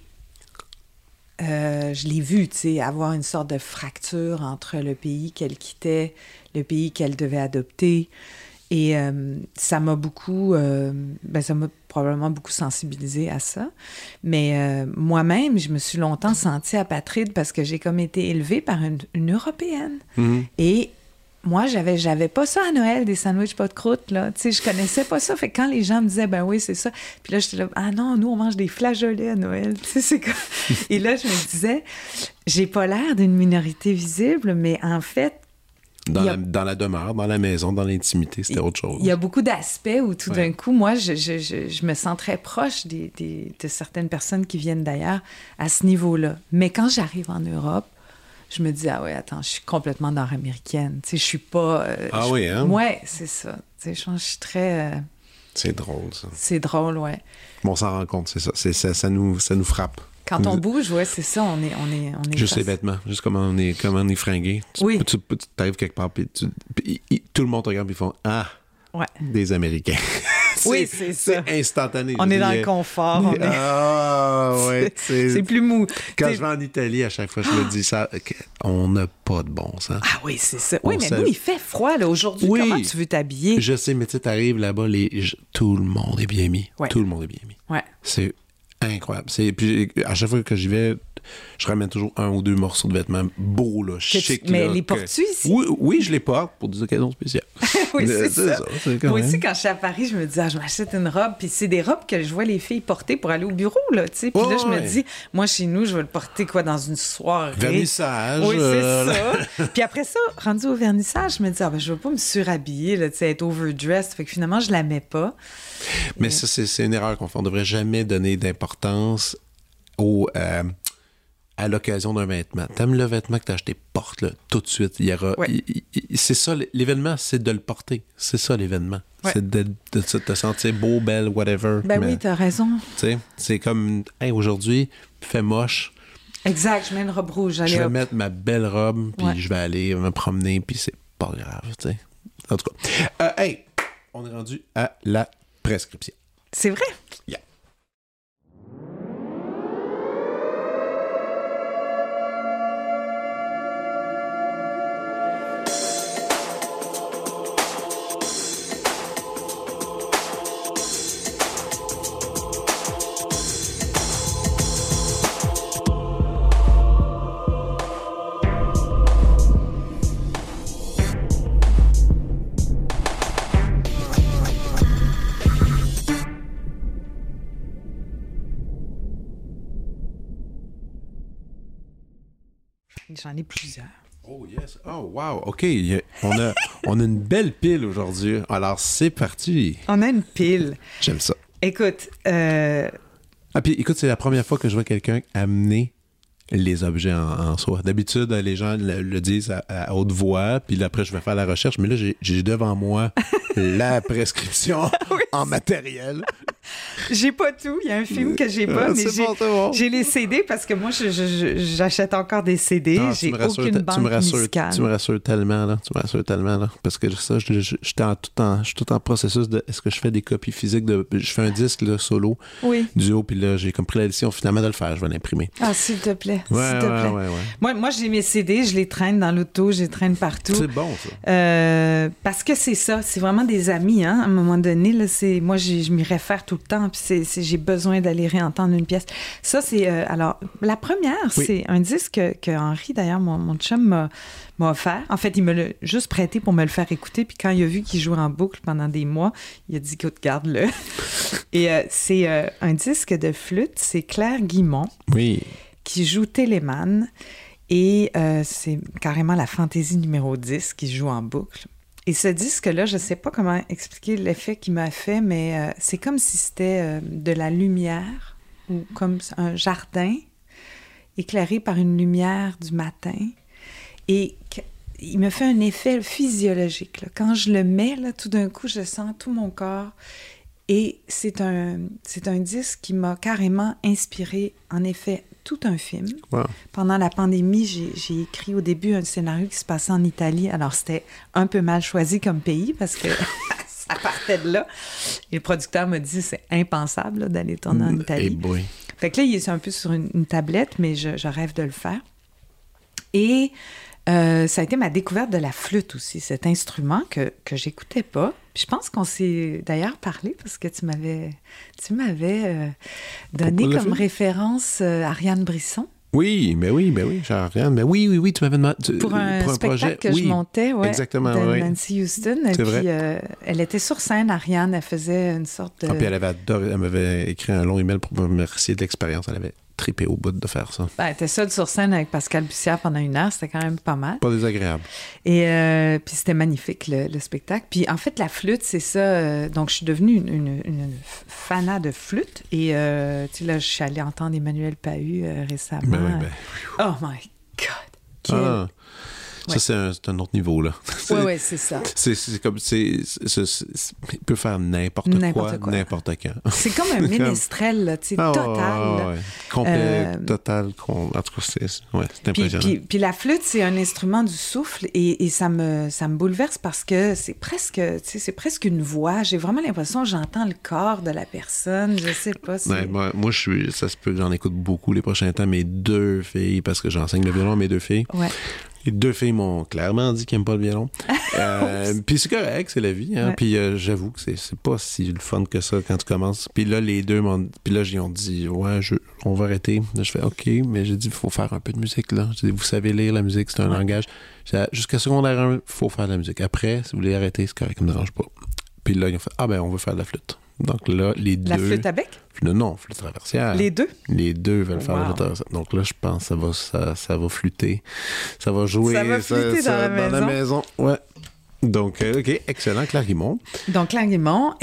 je l'ai vu, tu sais, avoir une sorte de fracture entre le pays qu'elle quittait, le pays qu'elle devait adopter. Et ça m'a beaucoup... ça m'a probablement beaucoup sensibilisée à ça. Mais moi-même, je me suis longtemps sentie apatride parce que j'ai comme été élevée par une Européenne. Et moi, j'avais pas ça à Noël, des sandwichs pas de croûte, là. Tu sais, je connaissais pas ça. Fait que quand les gens me disaient, ben oui, c'est ça. Puis là, j'étais là, ah non, nous, on mange des flageolets à Noël. Tu sais, c'est comme... Et là, je me disais, j'ai pas l'air d'une minorité visible, mais en fait, dans la demeure, dans la maison, dans l'intimité, c'était autre chose. Il y a beaucoup d'aspects où tout d'un coup, moi, je me sens très proche de certaines personnes qui viennent d'ailleurs à ce niveau-là. Mais quand j'arrive en Europe, je me dis, ah ouais, attends, je suis complètement nord-américaine. Tu sais, je suis pas... oui, hein? Ouais, c'est ça. Tu sais, je suis très... C'est drôle, ça. C'est drôle, ouais. Bon, on s'en rend compte, c'est ça. Ça nous frappe. Quand on bouge, ouais, c'est ça, on est juste les vêtements, juste comment on est fringué. Tu arrives quelque part, puis tout le monde te regarde, puis ils font « Ah, des Américains. » Oui, c'est ça. C'est instantané. On est dans le confort. C'est plus mou. Quand je vais en Italie, à chaque fois, je me dis ça, on n'a pas de bon sens. Ah oui, c'est ça. Oui, mais nous, il fait froid, là, aujourd'hui. Oui, comment tu veux t'habiller? Je sais, mais tu arrives là-bas, tout le monde est bien mis. Ouais. Tout le monde est bien mis. Ouais. C'est incroyable. Puis à chaque fois que j'y vais, je ramène toujours 1 ou 2 morceaux de vêtements beaux, là, chics. Mais les portes-tu ici? Oui, je les porte pour des occasions spéciales. Oui, c'est ça. Moi même. aussi, quand je suis à Paris, je me dis, je m'achète une robe. Puis c'est des robes que je vois les filles porter pour aller au bureau, là, tu sais. Puis là, je me dis, moi, chez nous, je vais le porter, dans une soirée. Vernissage. Oui, c'est ça. Puis après ça, rendu au vernissage, je me dis, je vais pas me surhabiller, là, tu sais, être overdressed. Fait que finalement, je la mets pas. Mais ça, c'est une erreur qu'on fait. On devrait jamais donner d'importance à l'occasion d'un vêtement. T'aimes le vêtement que t'as acheté, porte-le tout de suite. Il y aura... c'est ça, l'événement, c'est de le porter. C'est ça, l'événement. Ouais. C'est de te sentir beau, belle, whatever. Oui, t'as raison. Tu sais, c'est comme, hey, aujourd'hui, il fait moche. Exact, je mets une robe rouge. Je vais mettre ma belle robe, puis je vais aller me promener, puis c'est pas grave, tu sais. En tout cas. Hey, on est rendu à la prescription. C'est vrai? Yeah. J'en ai plusieurs. Oh yes. Oh wow. OK. On a une belle pile aujourd'hui. Alors, c'est parti. On a une pile. J'aime ça. Écoute... Ah, puis écoute, c'est la première fois que je vois quelqu'un amener les objets en soi. D'habitude, les gens le disent à haute voix, puis après, je vais faire la recherche. Mais là, j'ai devant moi la prescription en matériel. J'ai pas tout. Il y a un film que j'ai pas, mais j'ai les CD parce que moi, j'achète encore des CD. J'ai aucune banque musicale. Tu me rassures tellement, là. Parce que ça, je suis tout en processus de... Est-ce que je fais des copies physiques de... Je fais un disque là, solo, duo, puis là, j'ai comme pris la décision finalement de le faire. Je vais l'imprimer. Ah, s'il te plaît. Ouais. Moi, j'ai mes CD, je les traîne dans l'auto, je les traîne partout. C'est bon, ça. Parce que c'est ça. C'est vraiment des amis, hein. À un moment donné, là, moi, je m'y réfère tout le temps, puis j'ai besoin d'aller réentendre une pièce. Ça, c'est... alors, la première, c'est un disque que Henri, d'ailleurs, mon chum m'a offert. En fait, il me l'a juste prêté pour me le faire écouter, puis quand il a vu qu'il jouait en boucle pendant des mois, il a dit, écoute, garde-le. Et c'est un disque de flûte, c'est Claire Guimond. Oui. Qui joue Téléman, et c'est carrément la fantaisie numéro 10 qui joue en boucle. Et ce disque-là, je ne sais pas comment expliquer l'effet qu'il m'a fait, mais c'est comme si c'était de la lumière, ou comme un jardin éclairé par une lumière du matin. Et il me fait un effet physiologique. Là. Quand je le mets, là, tout d'un coup, je sens tout mon corps. Et c'est un disque qui m'a carrément inspiré, en effet, tout un film. Wow. Pendant la pandémie, j'ai écrit au début un scénario qui se passait en Italie. Alors, c'était un peu mal choisi comme pays parce que ça partait de là. Et le producteur m'a dit, c'est impensable là, d'aller tourner en Italie. Boy. Fait que là, il est un peu sur une tablette, mais je rêve de le faire. Et ça a été ma découverte de la flûte aussi, cet instrument que j'écoutais pas. Puis je pense qu'on s'est d'ailleurs parlé parce que tu m'avais donné comme référence Ariane Brisson. Oui, genre Ariane. Mais oui, tu m'avais demandé... Pour un spectacle projet que je montais, exactement, de Nancy Houston. Et puis, elle était sur scène, Ariane, elle faisait une sorte de... Ah, puis elle m'avait écrit un long email pour me remercier de l'expérience. Elle avait trippé au bout de faire ça. Ben, elle était seule sur scène avec Pascal Bussière pendant 1 heure, c'était quand même pas mal. Pas désagréable. Et puis c'était magnifique, le spectacle. Puis en fait, la flûte, c'est ça. Donc, je suis devenue une fanat de flûte. Et tu sais, là, je suis allée entendre Emmanuel Pahud récemment. Oh my God! Ça, c'est un autre niveau, là. Oui, c'est ça. C'est comme... il peut faire n'importe quoi, n'importe quand. C'est comme un ménestrel, là, tu sais, total. Complet, total. En tout cas, c'est impressionnant. Puis la flûte, c'est un instrument du souffle et ça me bouleverse parce que c'est presque une voix. J'ai vraiment l'impression que j'entends le corps de la personne. Je sais pas si... moi, ça se peut, j'en écoute beaucoup les prochains temps. Mes 2 filles, parce que j'enseigne le violon à mes 2 filles. Ouais. Les 2 filles m'ont clairement dit qu'ils n'aiment pas le violon. Puis c'est correct, c'est la vie. Hein? Ouais. Puis j'avoue que c'est pas si le fun que ça quand tu commences. Puis là, les 2 ils ont dit, on va arrêter. Là, je fais OK, mais j'ai dit, il faut faire un peu de musique. Là. J'ai dit, vous savez lire la musique, c'est un langage. Jusqu'à secondaire 1, il faut faire de la musique. Après, si vous voulez arrêter, c'est correct, ça me dérange pas. Puis là, ils ont fait, on veut faire de la flûte. Donc là, les 2... La flûte à bec? Non, flûte traversière. Les 2? Les 2 veulent faire la flûte traversière. Donc là, je pense que ça va flûter. Ça va jouer. Ça va flûter dans la maison. Ouais. Donc, OK, excellent, Claire Guimond. Donc, Claire Guimond.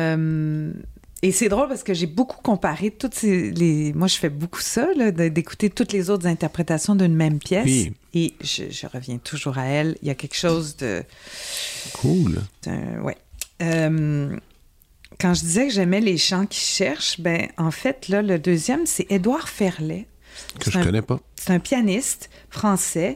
Et c'est drôle parce que j'ai beaucoup comparé toutes moi, je fais beaucoup ça, là, d'écouter toutes les autres interprétations d'une même pièce. Oui. Et je reviens toujours à elle. Il y a quelque chose de... Cool. Ouais. Quand je disais que j'aimais les chants qui cherchent, en fait, là, le deuxième, c'est Édouard Ferlet. Que je connais pas. C'est un pianiste français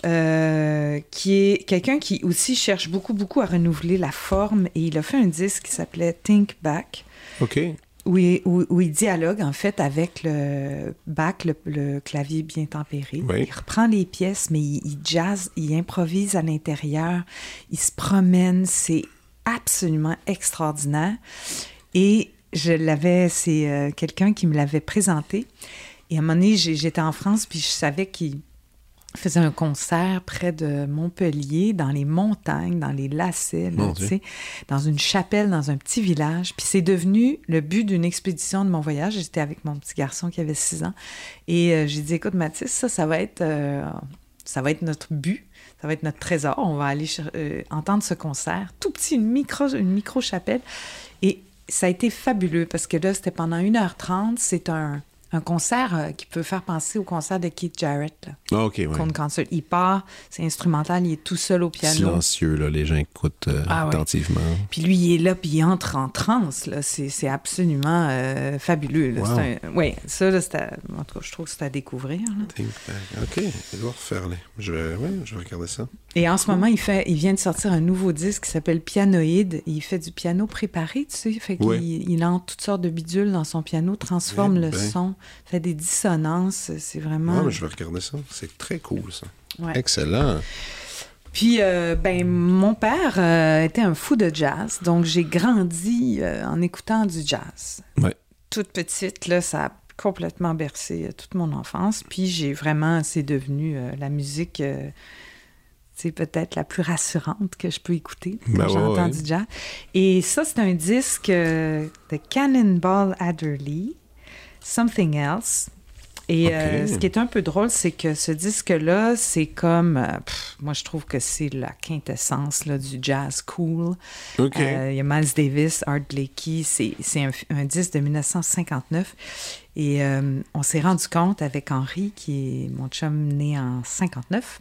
qui est quelqu'un qui aussi cherche beaucoup à renouveler la forme. Et il a fait un disque qui s'appelait Think Back. OK. Où il dialogue, en fait, avec le Bach, le clavier bien tempéré. Oui. Il reprend les pièces, mais il jazz, il improvise à l'intérieur. Il se promène, c'est absolument extraordinaire. Et c'est quelqu'un qui me l'avait présenté. Et à un moment donné, j'étais en France, puis je savais qu'il faisait un concert près de Montpellier, dans les montagnes, dans les lacets, là, tu sais, dans une chapelle, dans un petit village. Puis c'est devenu le but d'une expédition de mon voyage. J'étais avec mon petit garçon qui avait 6 ans. Et j'ai dit, écoute, Mathis, ça va être... ça va être notre but, ça va être notre trésor. On va aller entendre ce concert, tout petit, une micro-chapelle. Et ça a été fabuleux parce que là, c'était pendant 1h30. C'est un concert qui peut faire penser au concert de Keith Jarrett. Là. Ah, OK, oui. Concert. Il part, c'est instrumental, il est tout seul au piano. Silencieux, là, les gens écoutent attentivement. Ouais. Puis lui, il est là, puis il entre en transe. Là. C'est absolument fabuleux. Là. Wow. Oui, ça, là, en tout cas, je trouve que c'est à découvrir. Là. OK, Édouard Ferlet. Je vais regarder ça. Et en ce moment, il vient de sortir un nouveau disque qui s'appelle Pianoïde. Il fait du piano préparé, tu sais. Fait qu'il entre toutes sortes de bidules dans son piano, transforme le son, fait des dissonances. C'est vraiment... Oui, mais je vais regarder ça. C'est très cool, ça. Ouais. Excellent. Puis, mon père était un fou de jazz. Donc, j'ai grandi en écoutant du jazz. Ouais. Toute petite, là, ça a complètement bercé toute mon enfance. Puis, c'est devenu la musique... c'est peut-être la plus rassurante que je peux écouter quand j'entends du jazz. Et ça, c'est un disque de Cannonball Adderley, Something Else. Et ce qui est un peu drôle, c'est que ce disque-là, c'est comme... moi, je trouve que c'est la quintessence là, du jazz cool. OK. Il y a Miles Davis, Art Blakey. C'est un disque de 1959. Et on s'est rendu compte avec Henri, qui est mon chum né en 59,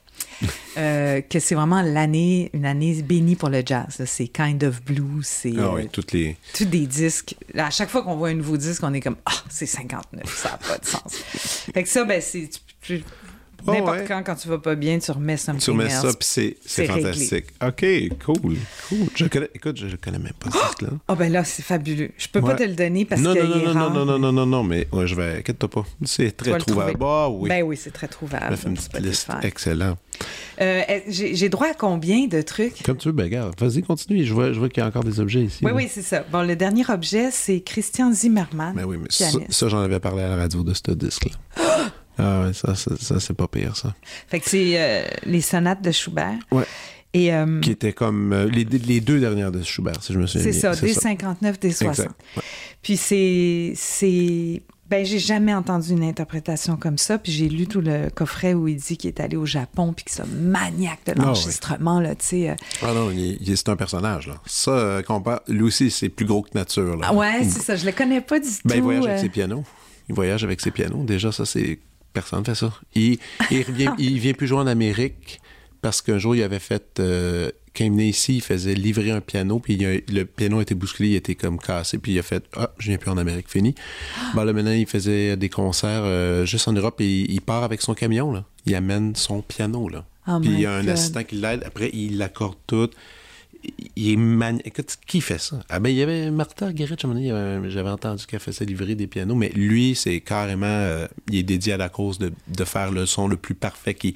que c'est vraiment une année bénie pour le jazz. Là. C'est Kind of Blues, c'est tous des disques. Là, à chaque fois qu'on voit un nouveau disque, on est comme « Ah, c'est 59, ça n'a pas de sens. » Fait que ça, c'est... N'importe quand tu vas pas bien, tu remets Something Else. Tu remets ça, puis c'est fantastique. Réglé. OK, cool. Je connais même pas ce disque-là. Ah, ben là, c'est fabuleux. Je peux pas te le donner parce qu'il est rare. Non, mais je vais... Inquiète-toi pas. C'est très trouvable. Oui. Ben oui, c'est très trouvable. Je fais une petite liste. Excellent. J'ai droit à combien de trucs? Comme tu veux, ben regarde, vas-y, continue. Je vois qu'il y a encore des objets ici. Oui, c'est ça. Bon, le dernier objet, c'est Christian Zimmermann. Ben oui, mais ça, j'en avais parlé à la radio de ce disque-là. Ah ouais, ça c'est pas pire, ça. Fait que c'est les sonates de Schubert. Ouais. Et, qui étaient comme les deux dernières de Schubert, si je me souviens bien. C'est ça, des 59, des 60. Exact. Ouais. Puis j'ai jamais entendu une interprétation comme ça. Puis j'ai lu tout le coffret où il dit qu'il est allé au Japon puis qu'il est maniaque de l'enregistrement, là, tu sais. Ah non, c'est un personnage, là. Ça, lui aussi, c'est plus gros que nature, là. Ah ouais, c'est ça. Je le connais pas du tout. Il voyage avec ses pianos. Il voyage avec ses pianos. Déjà, ça, c'est... Personne fait ça. Il vient plus jouer en Amérique parce qu'un jour, il avait fait... quand il venait ici, il faisait livrer un piano, puis le piano était bousculé, il était comme cassé, puis il a fait « Ah, je viens plus en Amérique, fini. » Ben là, maintenant, il faisait des concerts juste en Europe, et il part avec son camion, là. Il amène son piano, là. Oh puis il y a un assistant qui l'aide. Après, il l'accorde tout. Écoute, qui fait ça? Ah ben, il y avait Martha Argerich, à un moment donné, j'avais entendu qu'elle faisait livrer des pianos, mais lui, c'est carrément... il est dédié à la cause de faire le son le plus parfait qui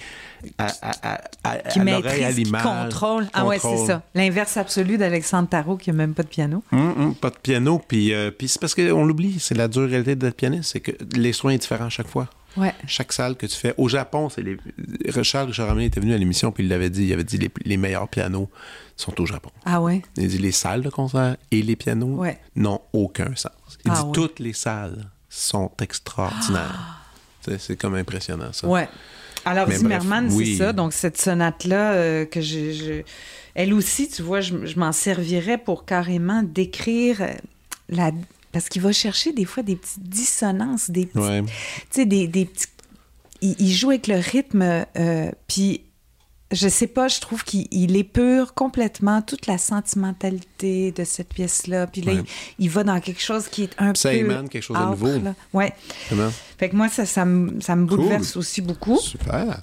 maîtrise, à l'image. Qui contrôle. Ah ouais, c'est ça. L'inverse absolu d'Alexandre Tarot, qui n'a même pas de piano. Pas de piano, puis c'est parce qu'on l'oublie, c'est la dure réalité d'être pianiste, c'est que l'instrument est différent à chaque fois. Ouais. Chaque salle que tu fais. Au Japon, Charles Charamé était venu à l'émission, puis il avait dit les meilleurs pianos sont au Japon. Ah ouais? Il dit les salles de concert et les pianos n'ont aucun sens. Il dit toutes les salles sont extraordinaires. C'est comme impressionnant, ça. Ouais. Alors, Zimmermann, c'est ça. Donc, cette sonate-là, que elle aussi, tu vois, je m'en servirais pour carrément décrire parce qu'il va chercher des fois des petites dissonances, des petits... Tu sais, des petits... Il joue avec le rythme, puis je sais pas, je trouve qu'il épure complètement toute la sentimentalité de cette pièce-là. Puis là, il va dans quelque chose qui est un peu... Ça émane quelque chose de nouveau. Oui. Fait que moi, ça me bouleverse aussi beaucoup. Super.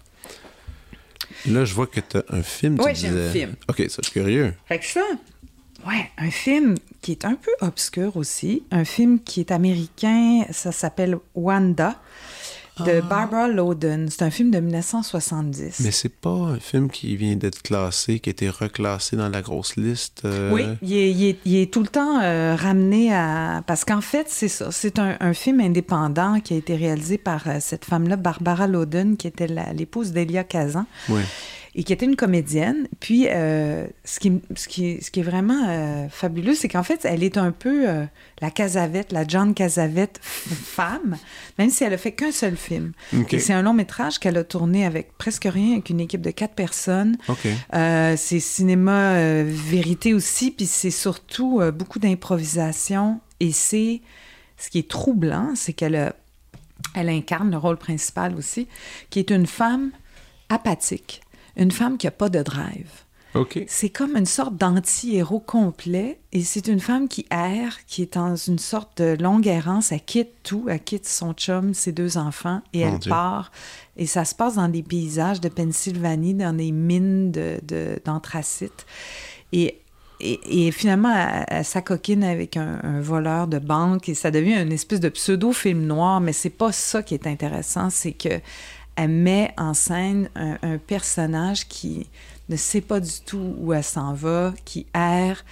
Là, je vois que tu as un film, Oui, j'ai un film. OK, ça, je suis curieux. Fait que ça... Ouais, un film qui est un peu obscur aussi. Un film qui est américain, ça s'appelle Wanda, de Barbara Loden. C'est un film de 1970. Mais c'est pas un film qui vient d'être classé, qui a été reclassé dans la grosse liste? Oui, il est tout le temps ramené à... Parce qu'en fait, c'est ça. C'est un film indépendant qui a été réalisé par cette femme-là, Barbara Loden, qui était l'épouse d'Elia Kazan. Oui. et qui était une comédienne. Puis, ce qui est vraiment fabuleux, c'est qu'en fait, elle est un peu la Casavette, la John Casavette femme, même si elle a fait qu'un seul film. Okay. Et c'est un long métrage qu'elle a tourné avec presque rien, avec une équipe de 4 personnes. Okay. C'est cinéma vérité aussi, puis c'est surtout beaucoup d'improvisation. Et c'est ce qui est troublant, c'est qu'elle incarne le rôle principal aussi, qui est une femme apathique, une femme qui n'a pas de drive. Okay. C'est comme une sorte d'anti-héros complet, et c'est une femme qui erre, qui est dans une sorte de longue errance. Elle quitte tout, elle quitte son chum, ses 2 enfants, et elle part. Et ça se passe dans des paysages de Pennsylvanie, dans des mines d'anthracite. Et finalement, elle s'acoquine avec un voleur de banque, et ça devient une espèce de pseudo-film noir, mais c'est pas ça qui est intéressant, c'est que elle met en scène un personnage qui ne sait pas du tout où elle s'en va, qui erre,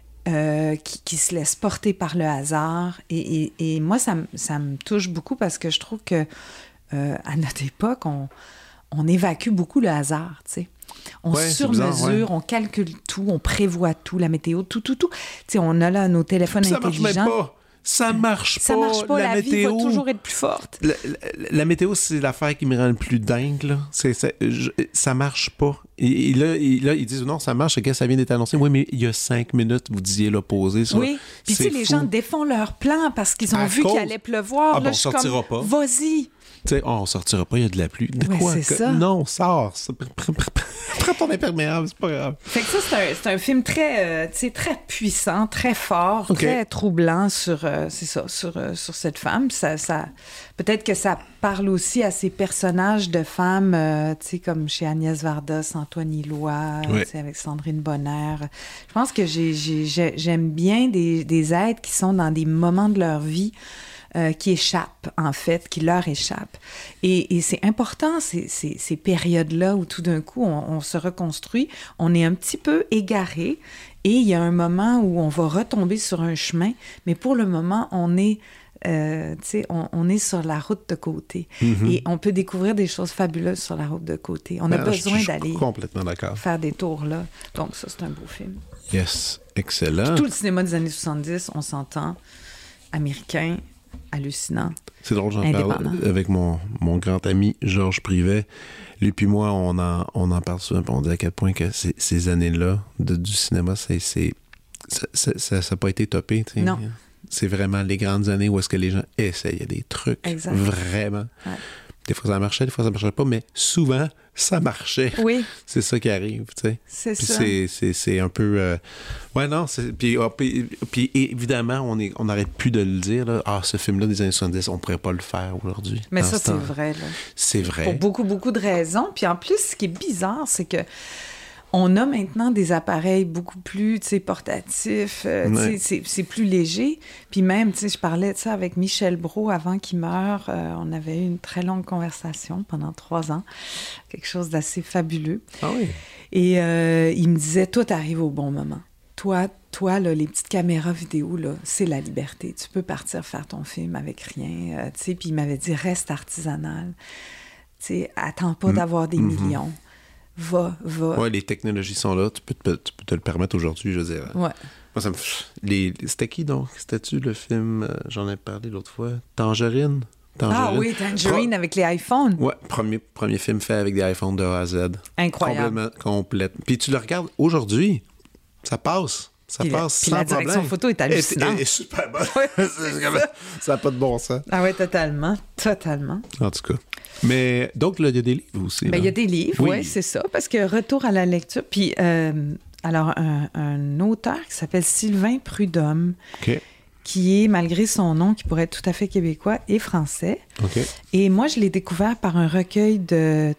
qui se laisse porter par le hasard. Et moi, ça me touche beaucoup parce que je trouve que à notre époque, on évacue beaucoup le hasard, tu sais. On sur-mesure, on calcule tout, on prévoit tout, la météo, tout. Tu sais, on a là nos téléphones intelligents. Ça marche pas. La météo, vie va toujours être plus forte. La météo, c'est l'affaire qui me rend le plus dingue, là. Ça marche pas. Et là, ils disent non, ça marche, ça vient d'être annoncé. Oui, mais il y a 5 minutes, vous disiez l'opposé. Oui, puis tu sais, les gens défont leur plan parce qu'ils ont vu qu'il allait pleuvoir. Ah, là, on sortira pas. Vas-y. Tu sais, on sortira pas, il y a de la pluie. De quoi? C'est ça. Non, sors. Prends ton imperméable, c'est pas grave. Fait que ça, c'est un film très puissant, très fort, très troublant sur cette femme. Ça, peut-être que ça parle aussi à ces personnages de femmes, comme chez Agnès Varda, Antoine Ilois, avec Sandrine Bonner. Je pense que j'aime bien des êtres qui sont dans des moments de leur vie qui échappent, en fait, qui leur échappent. Et c'est important, ces périodes-là où tout d'un coup, on se reconstruit, on est un petit peu égaré, et il y a un moment où on va retomber sur un chemin, mais pour le moment, on est sur la route de côté. Mm-hmm. Et on peut découvrir des choses fabuleuses sur la route de côté. On a besoin d'aller complètement d'accord. Faire des tours là. Donc ça, c'est un beau film. Yes, excellent. Puis tout le cinéma des années 70, on s'entend, américain, hallucinant. C'est drôle, j'en parle avec mon grand ami Georges Privet. Lui puis moi, on en parle souvent, on dit à quel point que ces années-là du cinéma, ça n'a pas été topé. T'sais. Non. C'est vraiment les grandes années où est-ce que les gens essayaient des trucs. Exact. Vraiment. Ouais. Des fois, ça marchait, des fois, ça marchait pas, mais souvent, ça marchait. Oui. C'est ça qui arrive, tu sais. C'est puis ça. c'est un peu... Ouais, non, puis évidemment, on n'arrête plus de le dire, là. Ah, ce film-là des années 70, on pourrait pas le faire aujourd'hui. Mais ça, c'est vrai, là. C'est vrai. Pour beaucoup, beaucoup de raisons. Puis en plus, ce qui est bizarre, c'est que on a maintenant des appareils beaucoup plus, portatifs, c'est plus léger. Puis même, je parlais de ça avec Michel Brault avant qu'il meure. On avait eu une très longue conversation pendant 3 ans. Quelque chose d'assez fabuleux. Ah oui? Et il me disait, toi, t'arrives au bon moment. Toi, là, les petites caméras vidéo, là, c'est la liberté. Tu peux partir faire ton film avec rien. Puis il m'avait dit, reste artisanal. Attends pas d'avoir des millions. Va. Ouais, les technologies sont là. Tu peux te le permettre aujourd'hui, je veux dire. Ouais. Moi, c'était qui, donc? C'était-tu le film, j'en ai parlé l'autre fois, Tangerine? Ah oui, Tangerine avec les iPhones. Ouais, premier film fait avec des iPhones de A à Z. Incroyable. Complètement complète. Puis tu le regardes aujourd'hui, ça passe. Ça passe sans problème. La direction photo est hallucinante. Elle est super bonne. Ça n'a pas de bon sens. Ah oui, totalement. En tout cas. Mais donc, là, il y a des livres aussi. Il y a des livres, oui, c'est ça. Parce que retour à la lecture. Puis, alors, un auteur qui s'appelle Sylvain Prudhomme, qui est, malgré son nom, qui pourrait être tout à fait québécois, et français. Okay. Et moi, je l'ai découvert par un recueil de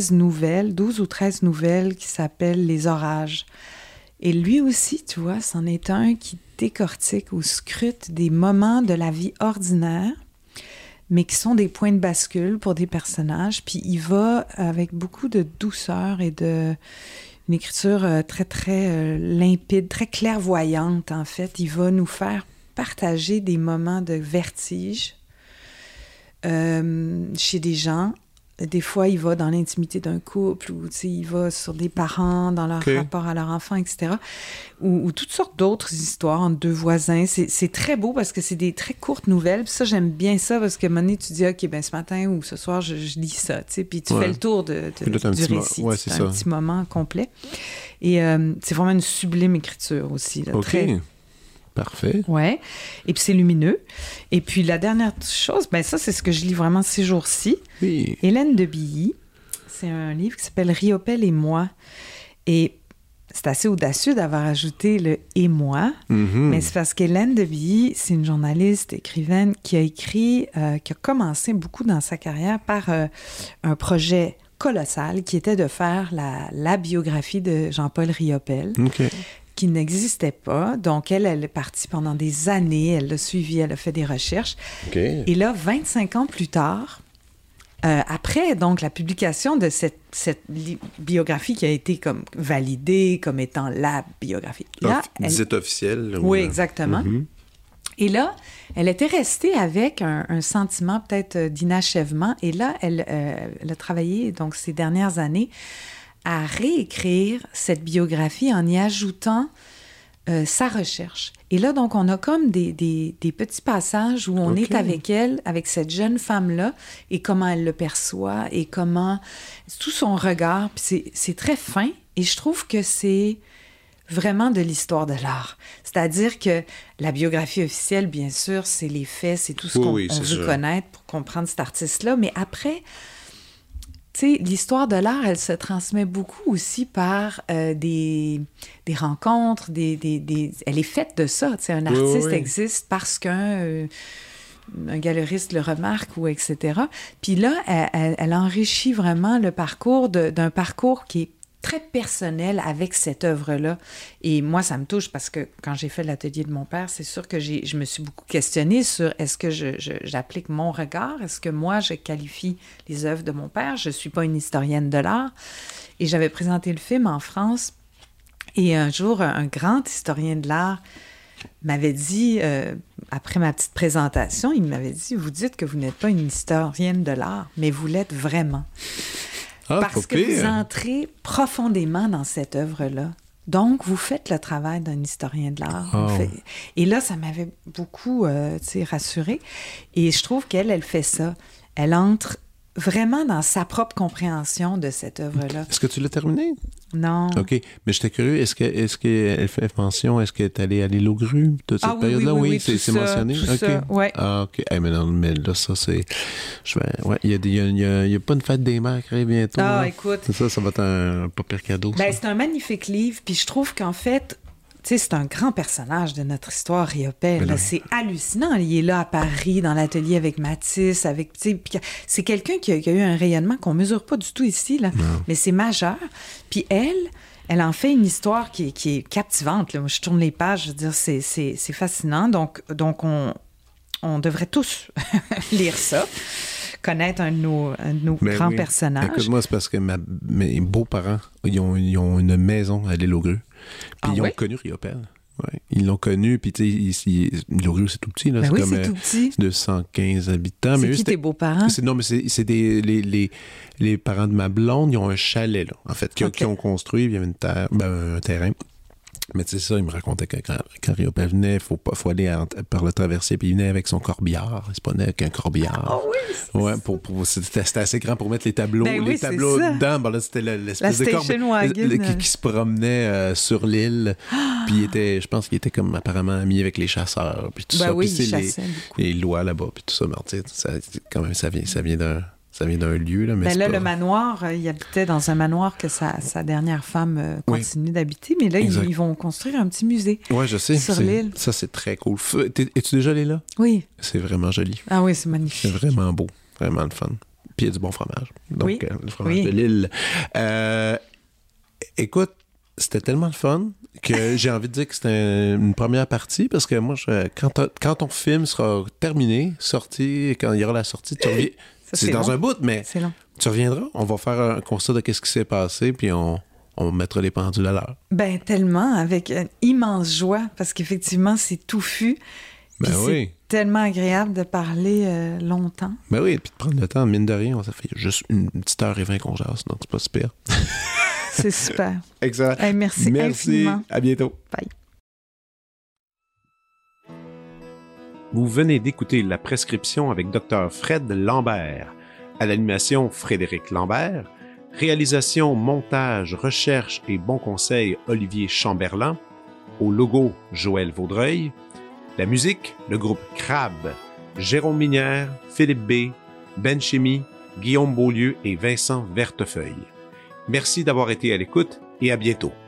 12 ou 13 nouvelles qui s'appelle Les Orages. Et lui aussi, tu vois, c'en est un qui décortique ou scrute des moments de la vie ordinaire, mais qui sont des points de bascule pour des personnages. Puis il va avec beaucoup de douceur et une écriture très, très limpide, très clairvoyante, en fait. Il va nous faire partager des moments de vertige chez des gens Des fois, il va dans l'intimité d'un couple ou il va sur des parents, dans leur rapport à leur enfant, etc. Ou toutes sortes d'autres histoires entre deux voisins. C'est très beau parce que c'est des très courtes nouvelles. Puis ça, j'aime bien ça parce que à un moment donné, tu dis, OK, ben ce matin ou ce soir, je lis ça. Puis tu fais le tour du récit. C'est un petit moment complet. Et c'est vraiment une sublime écriture aussi. Là, OK. Très... Parfait. Ouais. Et puis c'est lumineux. Et puis la dernière chose, ben ça, c'est ce que je lis vraiment ces jours-ci. Oui. Hélène de Billy. C'est un livre qui s'appelle Riopelle et moi. Et c'est assez audacieux d'avoir ajouté le « et moi », mais c'est parce qu'Hélène de Billy, c'est une journaliste, écrivaine, qui a écrit, qui a commencé beaucoup dans sa carrière par un projet colossal qui était de faire la biographie de Jean-Paul Riopelle. OK. Qui n'existait pas. Donc, elle est partie pendant des années. Elle l'a suivi, elle a fait des recherches. Okay. Et là, 25 ans plus tard, après donc la publication de cette biographie qui a été comme validée comme étant la biographie. Là, Disait officielle. Oui, exactement. Et là, elle était restée avec un sentiment peut-être d'inachèvement. Et là, elle a travaillé donc ces dernières années à réécrire cette biographie en y ajoutant sa recherche. Et là, donc, on a comme des petits passages où on est avec elle, avec cette jeune femme-là, et comment elle le perçoit, et comment... tout son regard, puis c'est très fin, et je trouve que c'est vraiment de l'histoire de l'art. C'est-à-dire que la biographie officielle, bien sûr, c'est les faits, c'est tout ce qu'on veut connaître pour comprendre cet artiste-là, mais après... Tu sais, l'histoire de l'art, elle se transmet beaucoup aussi par des rencontres, elle est faite de ça. Tu sais, un artiste existe parce qu'un galeriste le remarque ou etc. Puis là, elle enrichit vraiment le parcours d'un parcours qui est très personnel avec cette œuvre-là. Et moi, ça me touche parce que quand j'ai fait l'atelier de mon père, c'est sûr que je me suis beaucoup questionnée sur est-ce que j'applique mon regard? Est-ce que moi, je qualifie les œuvres de mon père? Je ne suis pas une historienne de l'art. Et j'avais présenté le film en France. Et un jour, un grand historien de l'art m'avait dit, après ma petite présentation, il m'avait dit, vous dites que vous n'êtes pas une historienne de l'art, mais vous l'êtes vraiment. Parce que vous entrez profondément dans cette œuvre-là. Donc, vous faites le travail d'un historien de l'art. Et là, ça m'avait beaucoup rassurée. Et je trouve qu'elle fait ça. Elle entre vraiment dans sa propre compréhension de cette œuvre-là. Est-ce que tu l'as terminé? Non. OK. Mais j'étais curieux, est-ce qu'elle fait mention, est-ce qu'elle est allée à l'île aux grues de cette période-là? Oui, c'est mentionné? Tout ça, ouais. Ah, OK. Hey, mais là, ça, c'est... il y a pas une fête des mères qui arrive bientôt. Ah, là. écoute. Ça va être un pas pire cadeau. Ben, c'est un magnifique livre, puis je trouve qu'en fait... Tu sais, c'est un grand personnage de notre histoire, Riopelle. C'est hallucinant. Il est là à Paris, dans l'atelier avec Matisse, c'est quelqu'un qui a eu un rayonnement qu'on mesure pas du tout ici, là. Mais c'est majeur. Puis elle en fait une histoire qui est captivante, là. Moi, je tourne les pages, je veux dire, c'est fascinant. Donc on devrait tous lire ça, connaître un de nos grands personnages. Écoute-moi, c'est parce que mes beaux-parents, ils ont une maison à l'île aux grues. Puis ils ont connu Riopelle. Ouais. Ils l'ont connu, puis tu sais, l'île aux grues, c'est tout petit. Là. Ben c'est tout petit. 215 habitants. C'est qui tes beaux-parents? Non, mais c'est les parents de ma blonde, ils ont un chalet, là, en fait, qui ont construit, il y avait un terrain. Mais tu sais ça, il me racontait que quand Riopelle venait, faut aller par le traversier, puis il venait avec son corbillard. Il se prenait avec un corbillard. Ah oui! Ouais, c'était assez grand pour mettre les tableaux. Les tableaux dedans, là, c'était l'espèce de corbillard qui se promenait sur l'île. Puis je pense qu'il était comme apparemment ami avec les chasseurs. Puis tout ça. Oui, puis il chassait beaucoup. Les lois là-bas, puis tout ça. Mais tu sais, quand même, ça vient d'un lieu. Là, mais le manoir, il habitait dans un manoir que sa dernière femme continue d'habiter, mais là, ils vont construire un petit musée. Oui, je sais. Sur l'île. Ça, c'est très cool. Es-tu déjà allé là? Oui. C'est vraiment joli. Ah oui, c'est magnifique. C'est vraiment beau. Vraiment le fun. Puis il y a du bon fromage. Donc, le fromage de l'île. Écoute, c'était tellement le fun que j'ai envie de dire que c'était une première partie parce que moi, quand ton film sera terminé, sorti, quand il y aura la sortie, tu reviens. C'est dans un bout, mais tu reviendras. On va faire un constat de ce qui s'est passé, puis on mettra les pendules à l'heure. Ben tellement, avec une immense joie, parce qu'effectivement, c'est touffu. Ben Puis oui. C'est tellement agréable de parler longtemps. Ben oui, puis de prendre le temps, mine de rien, ça fait juste une petite heure et 20 qu'on jase, donc c'est pas super. C'est super. Excellent. Hey, merci infiniment. À bientôt. Bye. Vous venez d'écouter La Prescription avec Dr. Fred Lambert. À l'animation, Frédéric Lambert. Réalisation, montage, recherche et bons conseils, Olivier Chamberlain. Au logo, Joël Vaudreuil. La musique, le groupe Crabe. Jérôme Minière, Philippe B., Ben Chemy, Guillaume Beaulieu et Vincent Vertefeuille. Merci d'avoir été à l'écoute et à bientôt.